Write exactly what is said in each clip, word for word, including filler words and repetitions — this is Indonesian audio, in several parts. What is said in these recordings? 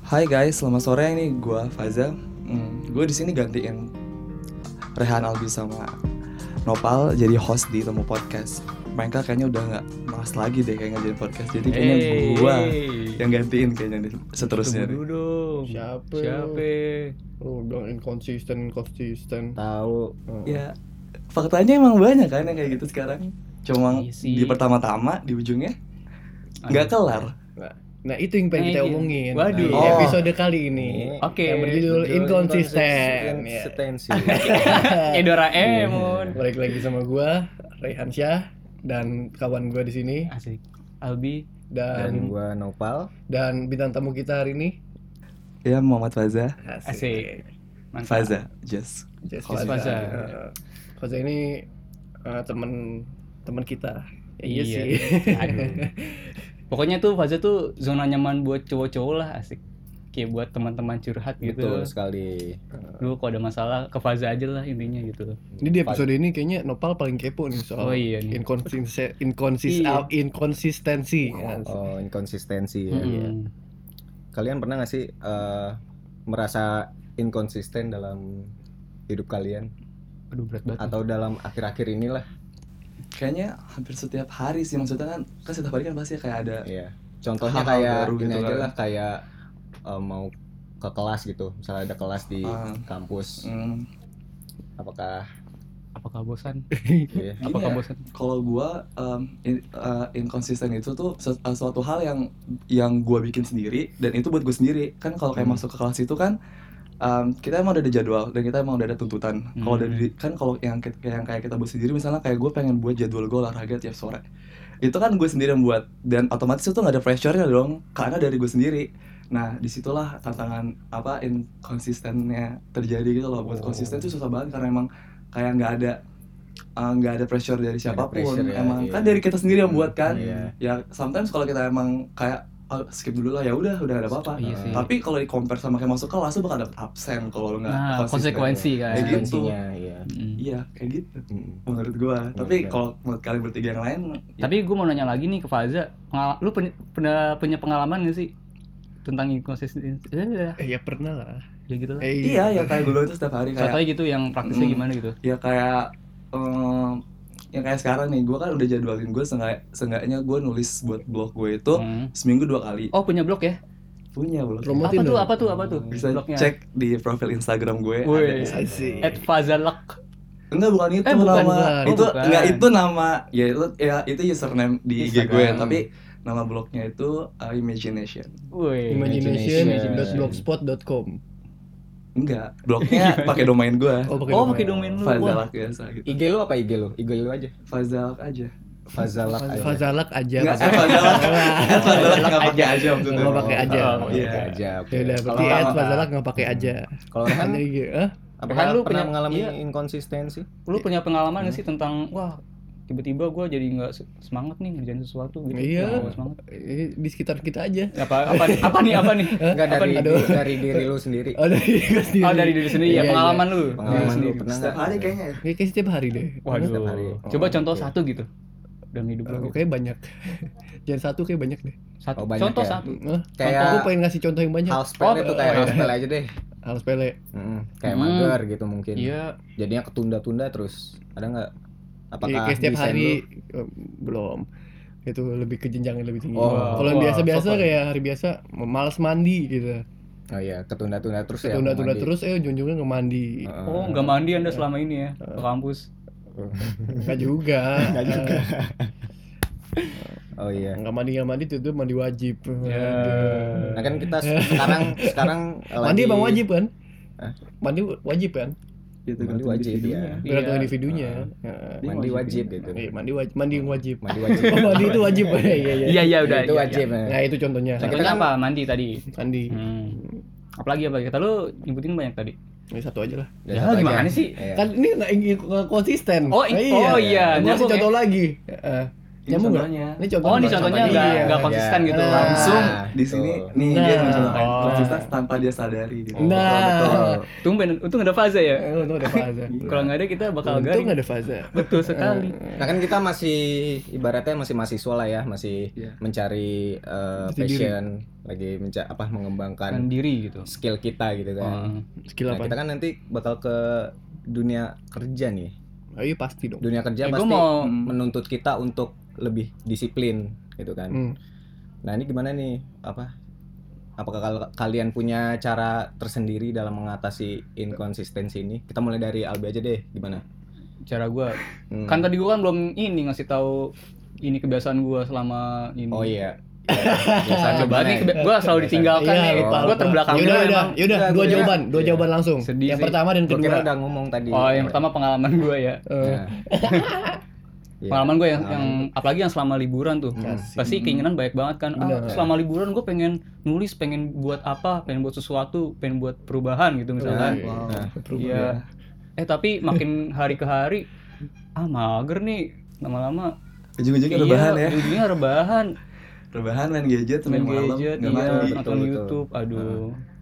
Hai guys, selamat sore. Ini gue Faza. Hmm, gue di sini gantiin Rehan Albi sama Nopal jadi host di Temu Podcast. Mereka kayaknya udah nggak malas lagi deh kayak ngajarin podcast. Jadi kayaknya Hey. gue yang gantiin kayaknya nih, seterusnya. Tunggu dong. Siapa? Siapa? Oh, udah inconsistent, inconsistent. Tahu. Oh. Ya, faktanya emang banyak kan yang kayak gitu sekarang. Cuma Iya sih. di pertama-tama, di ujungnya nggak kelar. Nah, itu yang pengen Nah, kita iya. omongin. Waduh. Di Oh. episode kali ini. Oke. Yang berjudul Inconsistent. Ya. Inkonsistensi. Eh Doraemon. Balik lagi sama gua, Rehan Syah, dan kawan gua di sini, Asik. Albi. Dan dan gua Nopal. dan bintang tamu kita hari ini. Ya, Muhammad Faza. Asik. Mantap. Faza, just. Just Just Faza. Faza. Eh, Faza ini eh, teman teman kita. Ya, iya Iya. sih. Aduh. Pokoknya tuh Faza tuh zona nyaman buat cowok-cowok lah, asik. Kayak buat teman-teman curhat gitu. Betul sekali. Lu kalau ada masalah ke Faza aja lah intinya gitu. Ini di episode ini kayaknya Nopal paling kepo nih soal Oh iya nih. inkonsis inkonsis Iya. inkonsistensi. Ya. Oh, inkonsistensi ya. Mm-mm. Kalian pernah nggak sih eh, merasa inkonsisten dalam hidup kalian Aduh berat banget. atau dalam akhir-akhir inilah? Kayaknya hampir setiap hari sih, maksudnya kan, kan setiap hari kan pasti kayak ada. Iya. Contohnya Hal-hal kayak baru ini gitu aja kan. lah, kayak eh, mau ke kelas gitu. Misalnya ada kelas di Ah. kampus. Hmm, Apakah Apakah bosan? iya, Gini Apakah ya, bosan? kalau gua um, in- uh, inconsistent itu tuh su- uh, suatu hal yang yang gua bikin sendiri dan itu buat gue sendiri. Kan kalau kayak Hmm. masuk ke kelas itu kan um, kita emang udah ada jadwal dan kita emang udah ada tuntutan. Kalau Hmm. dari kan kalau yang ki- yang kayak kita buat sendiri, misalnya kayak gue pengen buat jadwal gue olahraga tiap sore. Itu kan gue sendiri yang buat dan otomatis itu nggak ada pressure-nya dong karena dari gue sendiri. Nah, disitulah tantangan apa inkonsistennya terjadi gitu loh. Buat Oh. konsisten tuh susah banget karena emang kayak nggak ada uh, nggak ada pressure dari Nggak ada siapapun. pressure ya, Emang iya. kan dari kita sendiri yang buat kan. Iya. Ya sometimes kalau kita emang kayak "Oh, skip dulu lah, ya udah udah ada apa-apa. Iya sih. Tapi kalau di compare sama kayak masuk kelas tuh bakal dapet absen kalau lu nggak Nah, konsisten. konsekuensi kan. Kayak gitu. konsekuensinya? Iya. Mm-mm. Iya, kayak gitu Mm. menurut gua. Tapi Iya. kalau menurut kalian bertiga yang lain, ya, Tapi gue mau nanya lagi nih ke Faza, Pengal- lu pen- pernah punya pengalaman gak sih tentang inkonsistensi? Eh, Eh, ya pernah lah. ya gitu lah. Eh, iya ya kayak dulu itu setiap hari kayak Contohnya gitu yang praktisnya Mm. gimana gitu? ya kayak em, yang kayak sekarang nih, gua kan udah jadwalin gue seenggak, seenggaknya gue nulis buat blog gue itu Hmm. seminggu dua kali. Oh punya blog ya? Punya blog. Promotin Apa tuh? dong. Apa tuh? Apa tuh? Bisa Blognya? cek di profil Instagram gue. Wih. Ada di sana. Asik. At Fazalak. Enggak, bukan itu Eh, bukan, nama. bukan. Itu Oh, bukan. enggak itu nama. Ya itu ya itu username di I G gue, Instagram. tapi nama blognya itu uh, Imagination. Woi. imagination dot Imagination. blogspot dot com. Enggak, blognya pakai domain gue. Oh, pakai Oh domain. pakai domain lu. Wah. Fazalak biasa gitu. I G lu apa I G lu? I G lu aja. Fazalak aja. Fazalak aja. Fazalak aja. Enggak, eh, Fazalak. Fazalak. Eh, Fazalak enggak pakai aja maksudnya. Nggak pakai aja. Oh, Iya. pakai aja. Oke. Ya udah, berarti Kalau at sama- Fazalak nggak pakai aja. kalau Rehan, Ada I G, eh? apakah Rehan, lu lu pernah punya- mengalami iya. inkonsistensi? Lu punya pengalaman gak sih tentang wah tiba-tiba gue jadi nggak se- semangat nih ngerjain sesuatu gitu? Iya. Nggak semangat. Eh, Di sekitar kita aja. Apa apa nih? Apa nih? Apa nih? Enggak dari Aduh. dari diri lu sendiri. Oh, dari gua sendiri. Oh dari diri sendiri ya Iya, pengalaman lu. Pengalaman Diri lu sendiri. pernah Setiap nggak? hari kayaknya ya. Kayak kayak setiap hari deh. Waduh. Setiap hari. Coba Oh, contoh oke. satu gitu. Dalam hidup lu. Eh, gitu. Kayak banyak. Jangan satu kayak banyak deh. Satu. Oh, banyak Contoh ya? satu. Eh, Kayak aku pengen ngasih contoh yang banyak. hal sepele Oh, tuh kayak oh, hal iya. sepele aja deh. Hal sepele. Mm-mm. Kayak Hmm. mager gitu mungkin. Iya. Jadinya ketunda-tunda terus. Ada nggak? Apakah Kayak kayak setiap desain hari lu- eh, belum. Itu lebih ke jenjang yang lebih tinggi. Oh, Kalau yang wah, biasa-biasa sopan. kayak hari biasa malas mandi gitu. Oh iya, ketunda-tunda terus ya. Tunda-tunda mau mandi. terus eh ujung-ujungnya nggak mandi. Heeh. Oh nggak mandi anda selama ini ya ke kampus? Enggak juga. Nggak juga. Oh iya. Nggak mandi nggak mandi itu tuh mandi wajib. Ya. Aduh. Nah kan kita sekarang sekarang Mandi lagi- emang wajib kan? Hah? Mandi wajib kan? Gitu, Mandi gantung wajib, individunya. iya. Bergantung Iya. individunya. Dia Mandi wajib wajib gitu. Iya, mandi wajib, mandi yang wajib. Mandi wajib. Oh, mandi itu wajib. Iya, iya, iya. Iya iya udah. Itu iya, wajib. iya. ya. Nah, itu contohnya. Nah, kita Contohnya kan- apa? Mandi tadi. Mandi. Hmm. Apalagi apa? Kata lu nyebutin banyak tadi. Ini satu aja lah. Dan Ya, satu lagi gimana ya. sih? Iya. Kan ini nggak nggak konsisten. Oh, i- oh, iya. Gua kasih Nyambung contoh ya. lagi. Heeh. Ini Nyambung nggak? contohnya. Ini contoh Oh, ini nggak? contohnya Iya. nggak nggak konsisten gitu. Nah. Langsung Nah, di sini tuh. nih Nah. dia mencontohkan Oh. konsisten tanpa dia sadari gitu. Nah. Betul. Tumben, untung ada Faza ya. Eh, Untung ada Faza. Kalau nggak ada kita bakal Untung garing. ada Faza. Betul sekali. Nah kan kita masih ibaratnya masih mahasiswa lah ya, masih Iya. mencari uh, Jati diri. passion, lagi menca- apa mengembangkan Kan diri gitu. skill kita gitu kan. Oh. Skill Nah, apa? kita kan nanti bakal ke dunia kerja nih. Oh, iya pasti dong. Dunia kerja Eh, gua pasti mau- menuntut kita untuk lebih disiplin gitu kan. Hmm. Nah, ini gimana nih? Apa apakah kal- kalian punya cara tersendiri dalam mengatasi inkonsistensi ini? Kita mulai dari Albi aja deh, gimana? Cara gua. Hmm. Kan tadi gua kan belum ini ngasih tahu ini kebiasaan gua selama ini. Oh iya. Biasanya Coba nih, gimana ya? gua selalu ditinggalkan Iya, nih. lupa, Gua lupa. terbelakang Yaudah, dulu yaudah, emang. yaudah, Enggak, dua gua kira- jawaban, dua iya. jawaban langsung. Sedih Yang sih. pertama dan Gua kira kedua. udah ngomong tadi. Oh, yang pertama pengalaman gua ya. Eh, Nah. Iya. Pengalaman gue yang, Pengalaman. yang apalagi yang selama liburan tuh. Hmm. Pasti keinginan banyak banget kan. Ah, Bener. selama liburan gue pengen nulis, pengen buat apa, pengen buat sesuatu, pengen buat perubahan gitu misalkan. Iya. Nah. Iya. Eh tapi makin hari ke hari ah mager nih lama-lama. Ujung-ujungnya rebahan iya, ya. ujungnya rebahan. Rebahan main gadget, Main main malam, gadget, nggak iya, mati. betul, nonton betul. YouTube. Aduh.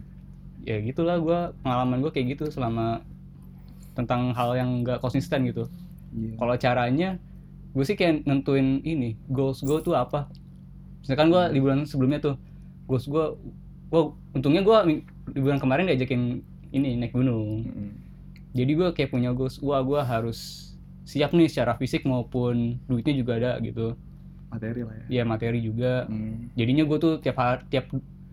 Ya gitulah gue, pengalaman gue kayak gitu selama tentang hal yang nggak konsisten gitu. Iya. Kalau caranya, gue sih kayak nentuin ini goals gue tuh apa. Misalkan gue liburan sebelumnya tuh, goals gue, gue untungnya gue liburan kemarin diajakin ini naik gunung. Mm-mm. Jadi gue kayak punya goals, wah gue harus siap nih secara fisik maupun duitnya juga ada gitu. Materi lah ya. Ya materi juga. Hmm. Jadinya gue tuh tiap hari, tiap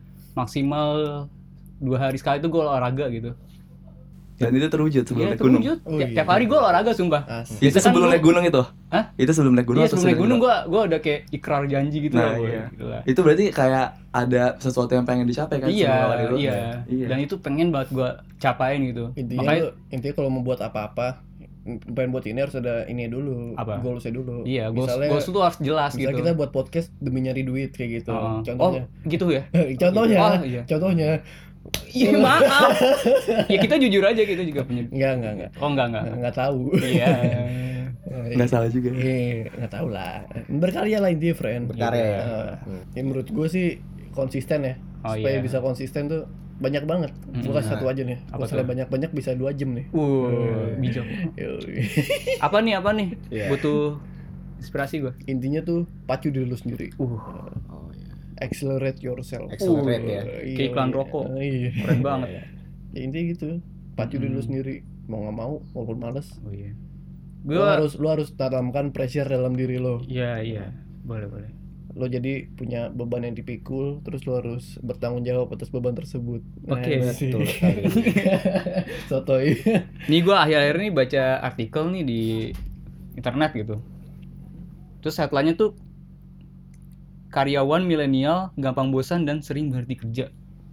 maksimal dua hari sekali tuh gue olahraga gitu. Dan itu terwujud sebelum Iya naik gunung. terwujud. Oh, Tiap, iya. tiap hari gue olahraga sumpah. Asik. Itu Biasa kan sebelum gua- naik gunung itu? Hah? Itu sebelum naik gunung Iya atau sebelum naik sesudah gunung gue gue udah kayak ikrar janji gitu Nah, lah gue. iya. Gitu lah. Itu berarti kayak ada sesuatu yang pengen dicapai kan Iya, sebelum awal itu? iya. Iya. Dan itu pengen banget gue capain gitu. Intinya Makanya lu- intinya kalau mau buat apa-apa, pengen buat ini harus ada ini dulu, Apa? goalsnya dulu. iya, goals Misalnya, goals itu harus jelas misalnya gitu. kita buat podcast demi nyari duit kayak gitu. Oh, Contohnya. oh, gitu ya. contohnya, Oh, iya. contohnya. Iya, maaf. Ya kita jujur aja kita juga punya. Enggak, enggak, enggak. Oh, enggak enggak. Enggak, enggak tahu. Iya. Nggak salah juga. Iya, enggak tahu lah. Berkarya lah intinya, friend. Berkarya ya. Eh, ya menurut gue sih konsisten ya. Oh, Supaya iya. bisa konsisten tuh banyak banget. Mm, Bukan nah. satu aja nih. Apa Kalau tuh? banyak-banyak bisa dua jam nih. Uh, bijak. Yoi. Apa nih, apa nih? Iya. Butuh inspirasi gue. Intinya tuh pacu diri lu sendiri. Uh, Oh iya. Accelerate yourself. Accelerate ya. Iya, Kayak iklan iya. rokok. Iya. keren banget. Ya intinya gitu. Pacu diri lu Hmm. sendiri. Mau nggak mau, walaupun males. Oh iya. Lu Gue harus lu harus tanamkan pressure dalam diri lo. Iya, iya. Boleh, boleh. Lo jadi punya beban yang dipikul, terus lo harus bertanggung jawab atas beban tersebut. Oke, sih. betul sekali. Sotoy. Nih gue akhir-akhir ini baca artikel nih di internet gitu. Terus headline-nya tuh karyawan milenial gampang bosan dan sering berhenti kerja.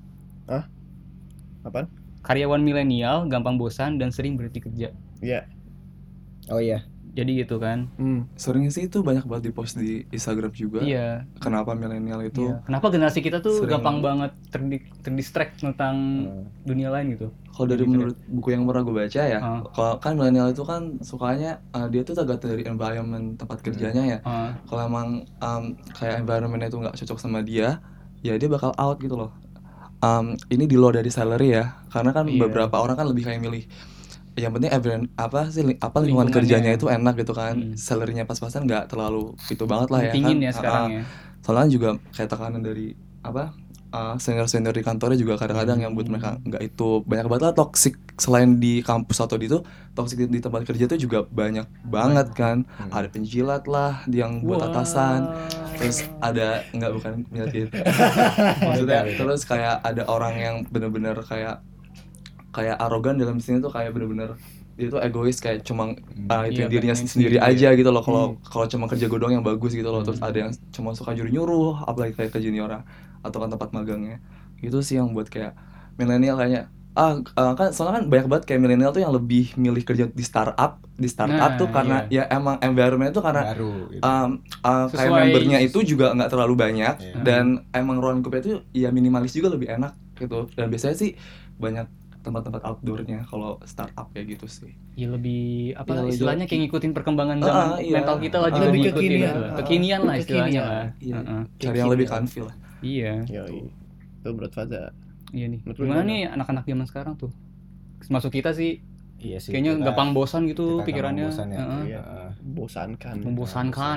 Apaan? Karyawan milenial gampang bosan dan sering berhenti kerja. Ya. Oh iya. Jadi gitu kan. Hmm. Sering sih itu banyak banget di post di Instagram juga. Iya. Kenapa milenial itu Iya. Kenapa generasi kita tuh Sering- gampang banget terdi- terdistract tentang Hmm. dunia lain gitu. kalau dari Gitu. menurut buku yang pernah gue baca ya, Ah. kalau kan milenial itu kan sukanya uh, dia tuh tergantung dari environment tempat kerjanya ya. Ah, Kalau emang um, kayak environmentnya itu nggak cocok sama dia, ya dia bakal out gitu loh. Um, ini di luar dari salary ya, karena kan Iya. beberapa orang kan lebih kayak milih yang penting environment apa sih ling- apa lingkungan Lingkungannya. kerjanya itu enak gitu kan, Hmm. salarynya pas-pasan nggak terlalu itu banget lah ya pentingin kan. ya sekarang Ah, ya. soalnya juga kayak tekanan dari apa uh, senior-senior di kantornya juga kadang-kadang yang buat Hmm. mereka nggak itu banyak banget lah toxic selain di kampus atau di itu toxic di, di tempat kerja tuh juga banyak banget kan. Hmm. Ada penjilat lah yang buat Wah. atasan, terus ada nggak bukan penjilat gitu. Maksudnya terus kayak ada orang yang bener-bener kayak kayak arogan dalam sini tuh kayak bener-bener dia tuh egois kayak cuma uh, itu Iya, dirinya pengen sendiri sendiri. aja gitu loh. Kalau kalau cuma kerja godong yang bagus gitu loh. Terus Hmm. ada yang cuma suka nyuruh-nyuruh apalagi kayak ke junior atau kan tempat magangnya. Itu sih yang buat kayak milenial kayaknya ah uh, kan soalnya kan banyak banget kayak milenial tuh yang lebih milih kerja di startup di startup Nah, tuh karena ya emang environment tuh karena Baru gitu. um, uh, kayak Sesuai- membernya itu juga nggak terlalu banyak Iya. dan emang ruang lingkupnya itu ya minimalis juga lebih enak gitu. Dan biasanya sih banyak tempat-tempat outdoornya kalau startup kayak gitu sih. Ya lebih apa Ya, istilahnya lebih- kayak ngikutin perkembangan Ah, zaman iya. mental kita lah Ah, juga lebih ngikutin kekinian. gitu. Kekinian lah istilahnya Kekinian. lah. Iya. Heeh. Cari yang lebih Kekinian. comfy lah. Iya. Yoi. Tuh Bro Faza. Iya nih. Menurut lu Gimana gimana? nih anak-anak zaman sekarang tuh? Masuk kita sih Iya sih. kayaknya kita- gampang bosan gitu kita pikirannya. gampang bosan ya. Heeh. Iya. Heeh. Membosankan. Membosankan.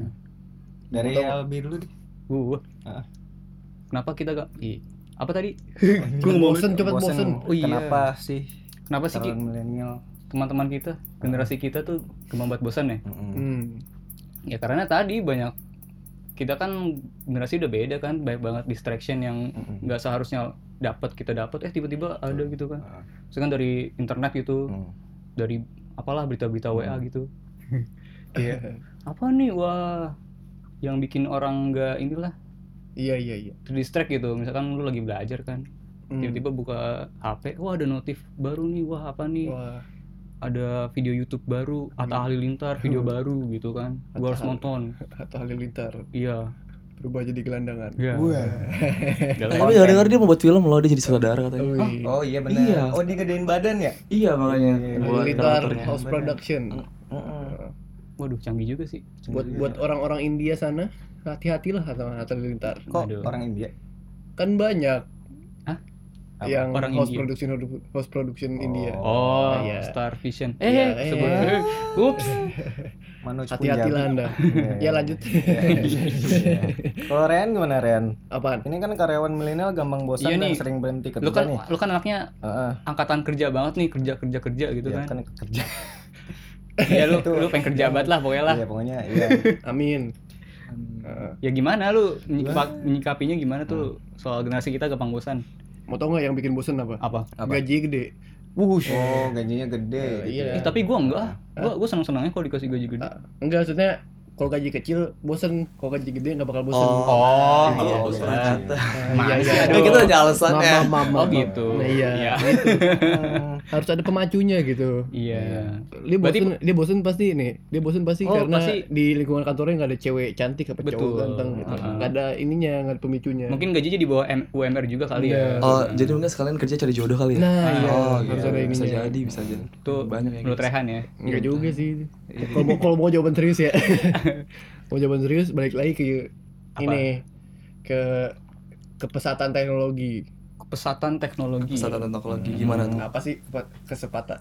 Dari Mau tahu- Albi dulu deh. Gua. Heeh. Kenapa kita gak Ih, apa tadi? Gue bosen, cepet bosen. Oh iya. Kenapa sih Kenapa sih Ki, kalangan milenial? teman-teman kita, generasi kita tuh gampang banget bosan ya? Mm-mm. Hmm. Ya karena tadi banyak kita kan generasi udah beda kan, banyak banget distraction yang Mm-mm. nggak seharusnya dapat kita dapat eh tiba-tiba ada gitu kan. Heeh. Misalkan dari internet gitu, Mm. dari apalah berita-berita W A Hmm. gitu. Kayak apa nih wah yang bikin orang nggak inilah Iya iya iya. terdistract gitu. Misalkan lu lagi belajar kan, Hmm. tiba-tiba buka H P, wah ada notif baru nih, wah apa nih? Wah. Ada video YouTube baru, Atta Halilintar video baru gitu kan. Gua harus Atta Hal- nonton. Atau Halilintar Iya. berubah jadi gelandangan. Iya. Wah. Dalam Tapi dengar dia mau buat film loh, dia jadi sutradara katanya. Wih. Oh iya benar. Iya. Oh dia gedein badan ya? Iya makanya Iya, buat Halilintar karakternya. House Production. Heeh. Waduh, canggih juga sih. Buat buat orang-orang India sana, hati-hatilah sama Atta Halilintar. Kok Aduh. orang India? Kan banyak Hah? Apa? yang Orang house India? production house production India. Oh, iya. Star Vision. Iya, Eh, eh. sebut. Eh, Ups. Manoj Hati-hatilah Punjabi. Anda. Iya, Ya lanjut. Iya, iya. Kalau Rian gimana Rian? Apaan? Ini kan karyawan milenial gampang bosan Iya dan nih. sering berhenti Lu kerja kan nih. lu kan anaknya Heeh. angkatan kerja banget nih, kerja kerja kerja gitu Iya, kan. kan kerja. Iya lu lu pengen kerja banget lah pokoknya lah. Iya pokoknya iya. Amin. Hmm. Heeh. Ya gimana lu menyikap- menyikapinya gimana tuh soal generasi kita gampang bosan? Mau tau nggak yang bikin bosen apa? Apa? Apa? Gaji gede. Wush. Oh gajinya gede. Eh, gitu iya. ya. Eh, tapi gua enggak. Gua gua seneng-senengnya kalau dikasih gaji gede. Ah, enggak, maksudnya kalau gaji kecil bosen, kalau gaji gede nggak bakal bosen. Oh, Oh, iya, iya. bosan. Ah, iya iya. Ya kita udah alasan Maaf, ya. maaf, maaf, Oh maaf. gitu. Nah, iya. Iya. Hmm, harus ada pemacunya gitu. Iya. Dia Berarti- bosen, dia bosen pasti nih. Dia bosen pasti Oh, karena pasti- di lingkungan kantornya nggak ada cewek cantik apa Betul. cowok ganteng gitu. Uh-uh. Nggak ada ininya, nggak ada pemicunya. Mungkin gajinya di bawah M- U M R juga kali ya. Iya. Oh, jadi mungkin sekalian kerja cari jodoh kali ya? Nah, iya, oh, harus iya. ada Bisa ininya. jadi, bisa jadi. Tuh banyak yang menurut gitu. Rehan ya. Enggak juga sih. Kalau mau kalau mau jawaban serius ya. Mau jawaban serius balik lagi ke Apa? ini ke kepesatan teknologi. Pesatan teknologi. Pesatan teknologi gimana tuh? Apa sih kepa- kesepatan?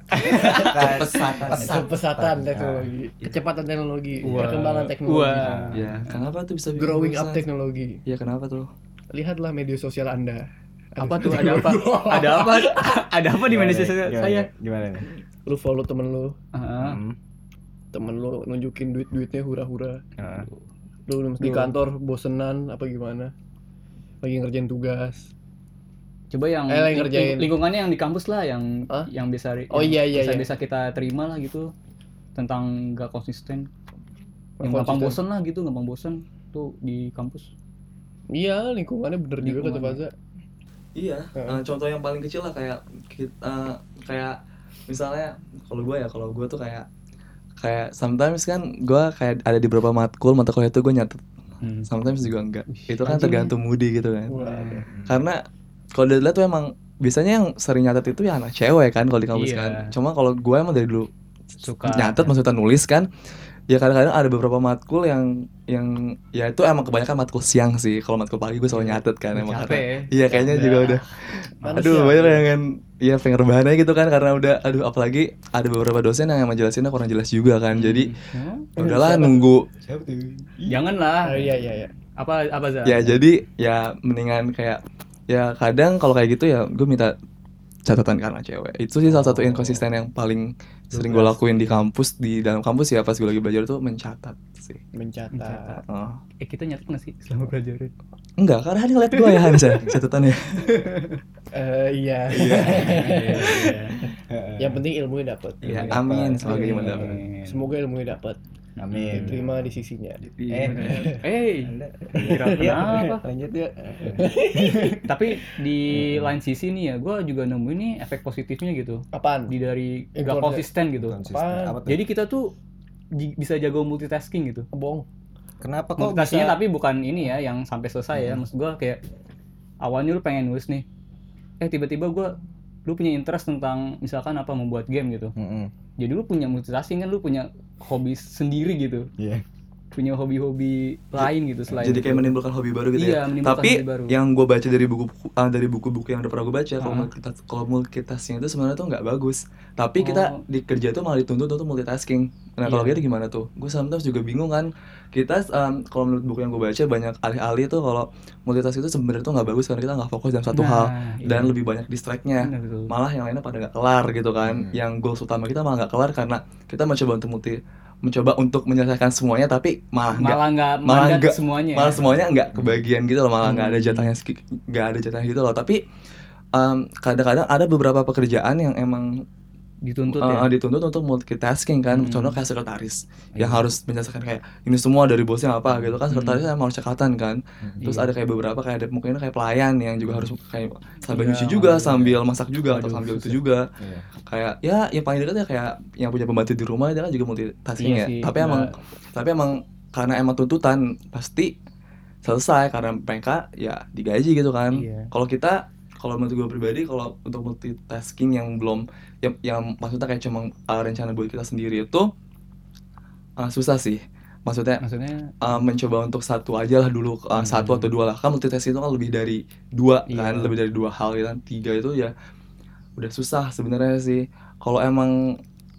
Pesatan. Kepesatan teknologi, kecepatan teknologi, Wah. perkembangan teknologi, Wah. Ya, kenapa tuh bisa bikin growing up bosan? teknologi. Ya kenapa tuh? Lihatlah media sosial Anda. Apa tuh? Ada apa? Ada apa? Ada apa di media sosial Gimana, saya? Gimana nih? Lu follow temen lu, Heeh. Hmm. temen lu nunjukin duit-duitnya hura-hura. Heeh. Lu di Duh. kantor bosenan apa gimana? Lagi ngerjain tugas. Coba yang Eh, lagi ling- ngerjain. lingkungannya yang di kampus lah yang Hah? yang bisa Oh, iya, iya, bisa, iya. bisa kita terima lah gitu tentang gak konsisten. Yang Nggak gampang konsisten. bosen lah gitu, gampang bosen tuh di kampus. Iya, lingkungannya bener juga kata Lingkungannya. Faza. Iya, Heeh. eh, contoh yang paling kecil lah kayak kita, kayak misalnya kalau gue ya, kalau gue tuh kayak kayak sometimes kan gue kayak ada di beberapa matkul mata kuliah itu gue nyatet, Hmm. sometimes juga enggak. Itu kan anjing tergantung moody gitu kan. Wah. Karena kalau dilihat tuh emang biasanya yang sering nyatet itu ya anak cewek kan kalau di kampus Iya. kan. Cuma kalau gue emang dari dulu Suka nyatet maksudnya nulis kan. Ya kadang-kadang ada beberapa matkul yang yang ya itu emang kebanyakan matkul siang sih. Kalau matkul pagi gue selalu nyatet kan emang Capek karena ya. iya kayaknya juga udah Manusia. aduh banyak yang kan ya pengen rebahan aja gitu kan karena udah aduh apalagi ada beberapa dosen yang emang jelasinnya kurang jelas juga kan. Jadi Hmm? ya udahlah nunggu Janganlah. Oh, iya iya iya. Apa apa Za? ya jadi ya mendingan kayak ya kadang kalau kayak gitu ya gue minta catatan karena cewek. Itu sih salah satu inkonsisten yang paling sering gue lakuin di kampus, di dalam kampus ya pas gue lagi belajar tuh mencatat sih. Mencatat. Oh. Eh kita nyatet nggak sih selama belajar? Enggak, karena dia ngeliat gue ya Hansa catatannya. Eh iya. Iya. Yang penting ilmunya dapat. Ya, Dapat. amin semoga Amin. mendapat. Semoga ilmunya dapat. Amin. Diterima di sisinya. Eh, Eh, kira Iya. kenapa? Lanjut ya. Tapi di lain sisi nih ya, gue juga nemuin nih efek positifnya gitu. Apaan? Di dari Eh, gak keluarga. konsisten gitu. konsisten. Apaan? Apa tuh? Jadi kita tuh ji- bisa jago multitasking gitu. Bohong. Kenapa kok Multitaskingnya bisa? tapi bukan ini ya yang sampai selesai ya. Maksud gue kayak awalnya lu pengen nulis nih, eh tiba-tiba gue lu punya interest tentang misalkan apa membuat game gitu. Mm-mm. Jadi lu punya multitasking kan, lu punya hobi sendiri gitu. Iya. Punya hobi-hobi lain gitu selain Jadi kayak itu. menimbulkan hobi baru gitu Iya, ya. menimbulkan Tapi hobi baru. yang gue baca dari buku uh, dari buku-buku yang udah pernah gue baca, kalau Ah. multitas- kalau multitasking itu sebenarnya tuh nggak bagus. Tapi kita Oh. di kerja tuh malah dituntut untuk multitasking. Nah kalau Iya. gitu gimana tuh? Gue sometimes juga bingung kan. Kita um, kalau menurut buku yang gue baca banyak ahli-ahli tuh kalau multitasking itu sebenarnya tuh nggak bagus karena kita nggak fokus dalam satu Nah, hal iya. dan lebih banyak distract-nya. Benar, betul. Malah yang lainnya pada nggak kelar gitu kan. Hmm. Yang goals utama kita malah nggak kelar karena kita mencoba untuk multi mencoba untuk menyelesaikan semuanya tapi malah nggak Malah nggak malah mandat nggak semuanya. malah semuanya nggak kebagian gitu loh, malah nggak ada Hmm. jatahnya ski- nggak ada jatahnya gitu loh. Tapi um, kadang-kadang ada beberapa pekerjaan yang emang dituntut uh, ya. dituntut untuk multitasking kan. Hmm. Contoh kayak sekretaris Iya. yang harus menyelesaikan kayak ini semua dari bosnya apa gitu kan. Sekretaris Hmm. emang harus cekatan kan. Terus Iya. ada kayak beberapa kayak ada mungkin kayak pelayan yang juga harus kayak sambil Iya, nyuci juga, iya. sambil masak juga atau Waduh, sambil itu susah. juga. Iya. Kayak ya yang paling dekat ya kayak yang punya pembantu di rumah itu kan juga multitasking Iya ya. sih, Tapi emang tapi emang karena emang tuntutan pasti selesai karena mereka ya digaji gitu kan. Iya. Kalau kita kalau menurut gue pribadi kalau untuk multitasking yang belum yang, yang maksudnya kayak cuma uh, rencana buat kita sendiri itu uh, susah sih. Maksudnya Maksudnya uh, mencoba untuk satu aja lah dulu uh, Hmm. satu atau dua lah. Kan multitasking itu kan lebih dari dua Iya. kan, lebih dari dua hal gitu kan. Tiga itu ya udah susah sebenarnya sih. Kalau emang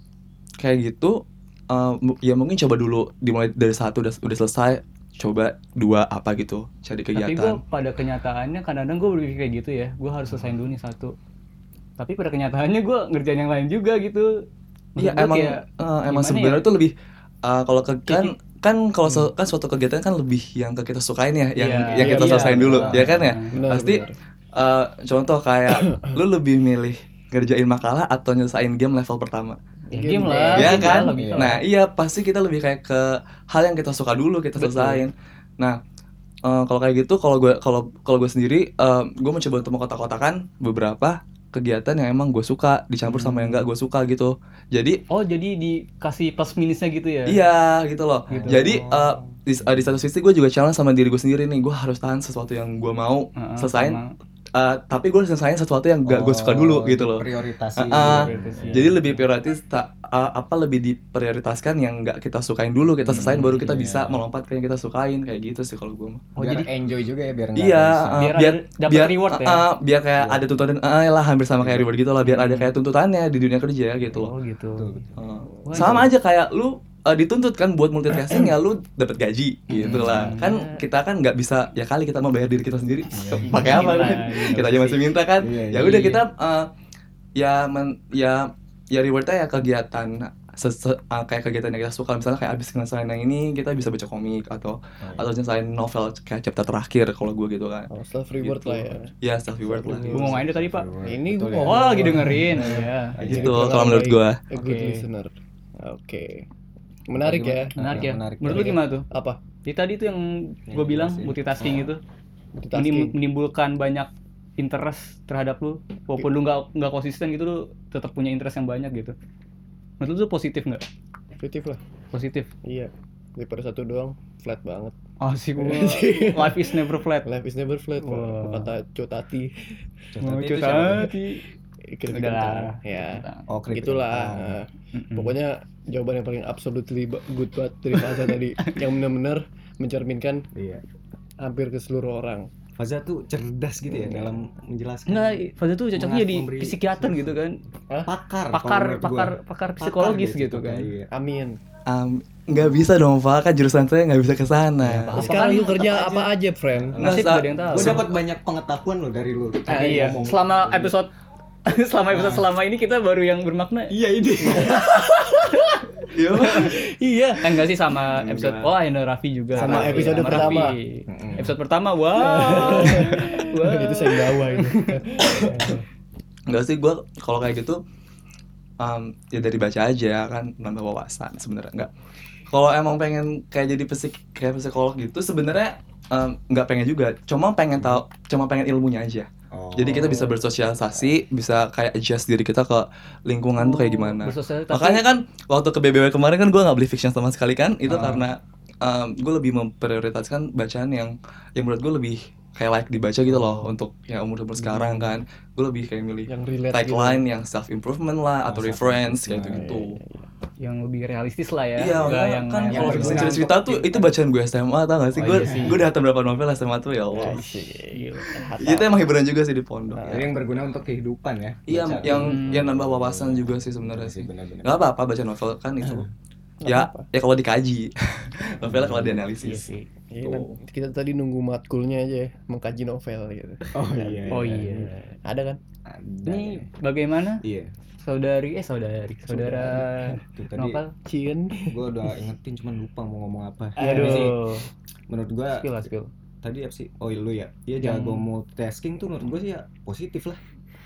kayak gitu uh, mu- ya mungkin coba dulu dimulai dari satu udah udah selesai, coba dua apa gitu cari tapi gue kegiatan. pada kenyataannya kadang-kadang gue berpikir kayak gitu ya, gue harus selesaiin dulu nih satu, tapi pada kenyataannya gue ngerjain yang lain juga gitu. Maksud Iya gua emang kayak, uh, emang gimana sebenarnya ya? tuh lebih uh, kalau ke kan kan kalau Hmm. su- kan suatu kegiatan kan lebih yang ke kita sukain ya, yang Iya, yang kita iya, selesain dulu, betul. ya kan ya. Benar, Pasti benar. uh, contoh kayak lu lebih milih ngerjain makalah atau nyelesain game level pertama. Ya, Game game lah, Ya game kan? lah, logika Nah, lah. iya pasti kita lebih kayak ke hal yang kita suka dulu kita Betul. selesain. Nah, eh, kalau kayak gitu kalau gue kalau kalau gue sendiri eh, gue mencoba untuk mengkotak-kotakan beberapa kegiatan yang emang gue suka dicampur sama yang enggak gue suka gitu. Jadi Oh jadi dikasih plus minusnya gitu ya? iya gitu loh. Gitu. Jadi eh, di, eh, di satu sisi gue juga challenge sama diri gue sendiri nih, gue harus tahan sesuatu yang gue mau Heeh, selesain. sama. Eh, tapi gue harus selesain sesuatu yang gak gue suka dulu Oh, gitu loh. Prioritasi. Ah, Prioritas, iya. Jadi lebih prioritas ta- a- apa lebih diprioritaskan yang nggak kita sukain dulu kita selesain Hmm, baru kita iya. bisa melompat ke yang kita sukain kayak gitu sih kalau gue mah. Oh biar jadi enjoy juga ya biar nggak Iya, ada uh, Biar biar ada- dapat biar reward ya? uh, uh, biar kayak Iya. ada tuntutan uh, lah hampir sama kayak reward gitu lah, biar ada Hmm. kayak tuntutannya di dunia kerja gitu loh. Oh gitu. Betul. Uh, Wah, sama aja kayak lu uh, dituntut kan buat multitasking ya lu dapat gaji gitu lah. Hmm. Kan kita kan nggak bisa ya kali kita mau bayar diri kita sendiri. Iya. Pakai apa Gila, kan? gila Kita aja masih minta kan. Iya, Ya iya. udah Iya. kita uh, ya men, ya ya rewardnya ya kegiatan ses- se- uh, kayak kegiatan yang kita suka, misalnya kayak abis ngelesain yang ini kita bisa baca komik atau iya. atau nyelesain novel kayak chapter terakhir kalau gue gitu kan. Oh, self reward Gitu. lah ya. Ya self reward lah. Self-reward. Gue mau main deh tadi pak. Ini Betul gua ya. mau- Oh lagi dengerin. Iya. Jadi Gitu pengalaman kalau menurut baik. gue. A good Oke. listener. Oke. Menarik ya. Menarik ya. Menarik. Menurut lu gimana tuh? Apa? Jadi tadi tuh yang gue Yang bilang jelasin. multitasking itu Multitasking. menim- menimbulkan banyak interest terhadap lu, walaupun lu nggak nggak konsisten gitu, lu tetap punya interest yang banyak gitu. Menurut lu tuh positif nggak? Positif lah. Positif. Iya. Daripada satu doang, flat banget. Asik gua. Life is never flat. Life is never flat. Pak. Wah. Kata Cotati. Mau Itu cerita siapa? hati. Kritik Udah lah. kentang. Ya. Oh, kritik Itulah. kentang. Nah, Mm-mm. pokoknya jawaban yang paling absolutely ba- good banget dari Faza tadi, yang benar-benar mencerminkan Iya. hampir ke seluruh orang. Faza tuh cerdas gitu ya dalam menjelaskan. Enggak, Faza tuh cocoknya jadi Memberi- psikiater gitu kan. pakar. kalau Pakar menurut gua. pakar pakar psikologis dia gitu cocoknya, kan. iya. Amin. Um, nggak bisa dong Pak, kan jurusan saya nggak bisa ke Iya, sana. Pak. Sekarang kan lu tetap kerja aja. apa aja, friend? Nasib Nggak gak ada yang tahu. Gue dapat banyak pengetahuan loh dari lu. Ah, Tadi iya. ngomong. Selama episode selama episode selama ini kita baru yang bermakna. Iya ini. Iya. Iya. Kan enggak sih sama episode Enggak. oh ada Raffi juga. Sama Raffi. episode Sama pertama. Raffi. Mm-mm. Episode pertama wow. Wah. Itu saya bawa itu. Enggak sih, gue kalau kayak gitu um, ya dari baca aja kan, nambah wawasan sebenarnya. Enggak, kalau emang pengen kayak jadi psik kayak psikolog gitu sebenarnya um, nggak pengen juga, cuma pengen tahu, cuma pengen ilmunya aja. Oh. Jadi kita bisa bersosialisasi, bisa kayak adjust diri kita ke lingkungan tuh kayak gimana. Bersosialisasi. Makanya kan waktu ke B B W kemarin kan gue nggak beli fiction sama sekali kan, itu Ah. karena um, gue lebih memprioritaskan bacaan yang yang menurut gue lebih kayak like dibaca gitu loh untuk yang umur-umur sekarang kan. Gue lebih kayak milih Yang relate tagline yang self improvement lah atau Oh, reference self-improvement. kayak gitu. Yang lebih realistis lah ya. Iya, Nggak makanya yang kan yang kalau berguna misalnya untuk cerita tuh tim, itu kan. bacaan gue S M A tau gak sih? Oh, Gue iya sih. gue udah hatam berapa novel S M A tuh ya Allah. Gila. Itu emang hiburan juga sih di pondok. Nah, Jadi yang berguna untuk kehidupan ya. Iya, Baca. yang Hmm. yang nambah wawasan juga sih sebenarnya Iya sih, sih. benar-benar. Gak apa-apa baca novel kan itu. Nggak Ya, apa-apa. ya kalau dikaji. Novelnya kalau Iya dianalisis. sih. Iya, kan kita tadi nunggu matkulnya aja ya, mengkaji novel gitu. Oh iya. Oh iya. Ada kan? Ada. Ini bagaimana Iya. saudari eh saudari saudara Tuh, tadi novel? Cien. gue udah ingetin cuman lupa mau ngomong apa. Aduh. Tapi sih, menurut gue Spill lah spill. tadi apa sih? Oh lu ya. Dia Yang- jago multitasking tuh menurut gue sih ya positif lah.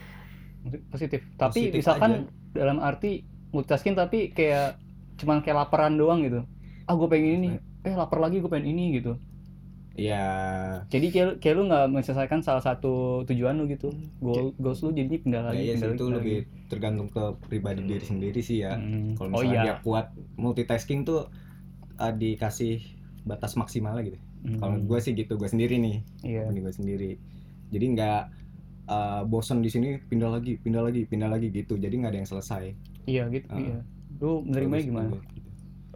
Positif. Tapi Positif misalkan dalam arti multitasking tapi kayak cuman kayak laparan doang gitu. Ah gue pengen ini. Eh lapar lagi gue pengen ini gitu. Iya. Jadi kayak, kayak lu nggak menyelesaikan salah satu tujuan lu gitu. Goal goals lu jadinya pindah Ya, lagi, iya pindah sih lagi. itu pindah lebih lagi. tergantung ke pribadi diri sendiri sih ya. Hmm. Kalau Oh misalnya iya. dia kuat multitasking tuh uh, dikasih batas maksimal gitu. Hmm. Kalau gue sih gitu, gue sendiri nih. Iya. Ini gue sendiri. Jadi nggak uh, bosan di sini pindah lagi, pindah lagi, pindah lagi gitu. Jadi nggak ada yang selesai. Iya gitu. Ah. Iya. Lu menerimanya Bagus gimana? juga gitu.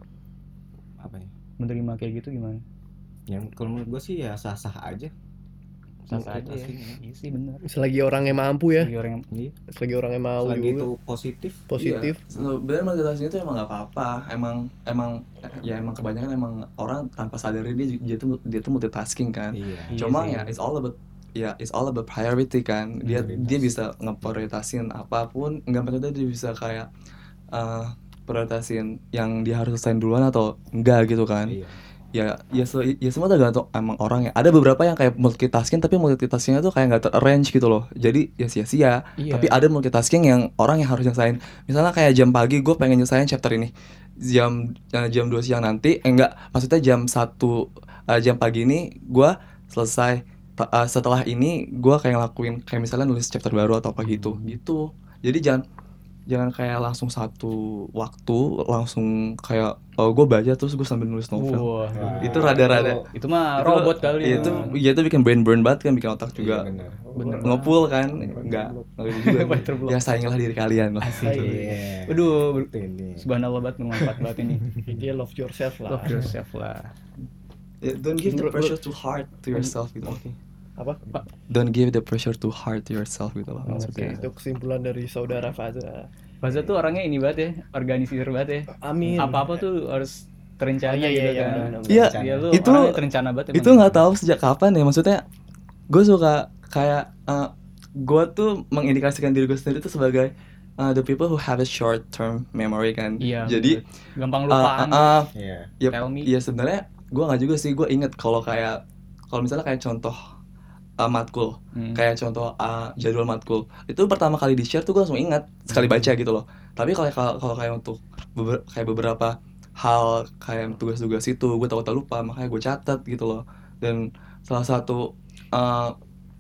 Apa ya? Menerima kayak gitu gimana? Yang kalau menurut gue sih ya sah-sah aja. Sah-sah aja ya. Multitasking ya. Iya sih benar. Selagi orangnya mampu ya, Bagi orang yang Iya. selagi orangnya mau Selagi juga itu positif. positif. Iya. Sebenarnya multitasking itu emang gak apa-apa. Emang emang ya emang kebanyakan emang orang tanpa sadar dia dia tuh dia tuh multitasking kan. Iya. Iya Cuma sih. ya it's all about ya it's all about priority kan. Dia Prioritas. dia bisa ngeprioritasin apapun, enggak maksudnya dia bisa kayak eh prioritasin yang dia harus selesaiin duluan atau enggak gitu kan. Iya. Ya ya, se- ya semua tergantung emang orang ya. Ada beberapa yang kayak multitasking tapi multitaskingnya tuh kayak nggak terarrange gitu loh. Jadi ya sia-sia. Iya. Tapi ada multitasking yang orang yang harus nyelesain. Misalnya kayak jam pagi gue pengen nyelesain chapter ini. Jam eh, jam dua siang nanti eh, enggak, maksudnya jam satu eh, jam pagi ini gue selesai. Ta- eh, setelah ini gue kayak ngelakuin kayak misalnya nulis chapter baru atau apa gitu. Gitu. Jadi jangan jangan kayak langsung satu waktu langsung kayak oh gue baca terus gue sambil nulis novel. Wah. Wah, Itu rada-rada. Itu mah Itu- robot kali. Iya itu ya itu bikin brain burn banget kan, bikin otak juga Iya, benar. Bener. ngepul kan, enggak enggak gitu juga. Waterblog. Ya sayangilah diri kalian lah. Iya. Aduh, Itu ini. subhanallah banget bermanfaat banget ini. Dia love yourself lah. Love yourself lah. Ya, don't give the Menurut- pressure too hard to yourself gitu. Apa? Don't give the pressure too hard to yourself gitu loh Oke, maksudnya. itu kesimpulan dari saudara Faza. Faza tuh orangnya ini banget ya, organisir banget ya. Amin. Apa-apa tuh harus terencana Oh, iya, gitu iya, iya, kan. benar-benar. Iya, Iya, lu itu orangnya terencana banget emang. itu nggak tahu sejak kapan ya, maksudnya gue suka kayak uh, gue tuh mengindikasikan diri gue sendiri tuh sebagai uh, the people who have a short term memory kan. Iya. Jadi gampang uh, lupaan. uh, uh, Iya. ya, Tell me. ya sebenarnya gue nggak juga sih, gue inget kalau kayak kalau misalnya kayak contoh uh, matkul, Hmm. kayak contoh uh, jadwal matkul itu pertama kali di share tuh gue langsung ingat sekali baca gitu loh. Tapi kalau kalau kalau kayak untuk beber, kayak beberapa hal kayak tugas-tugas itu gue tahu-tahu lupa, makanya gue catat gitu loh. Dan salah satu uh,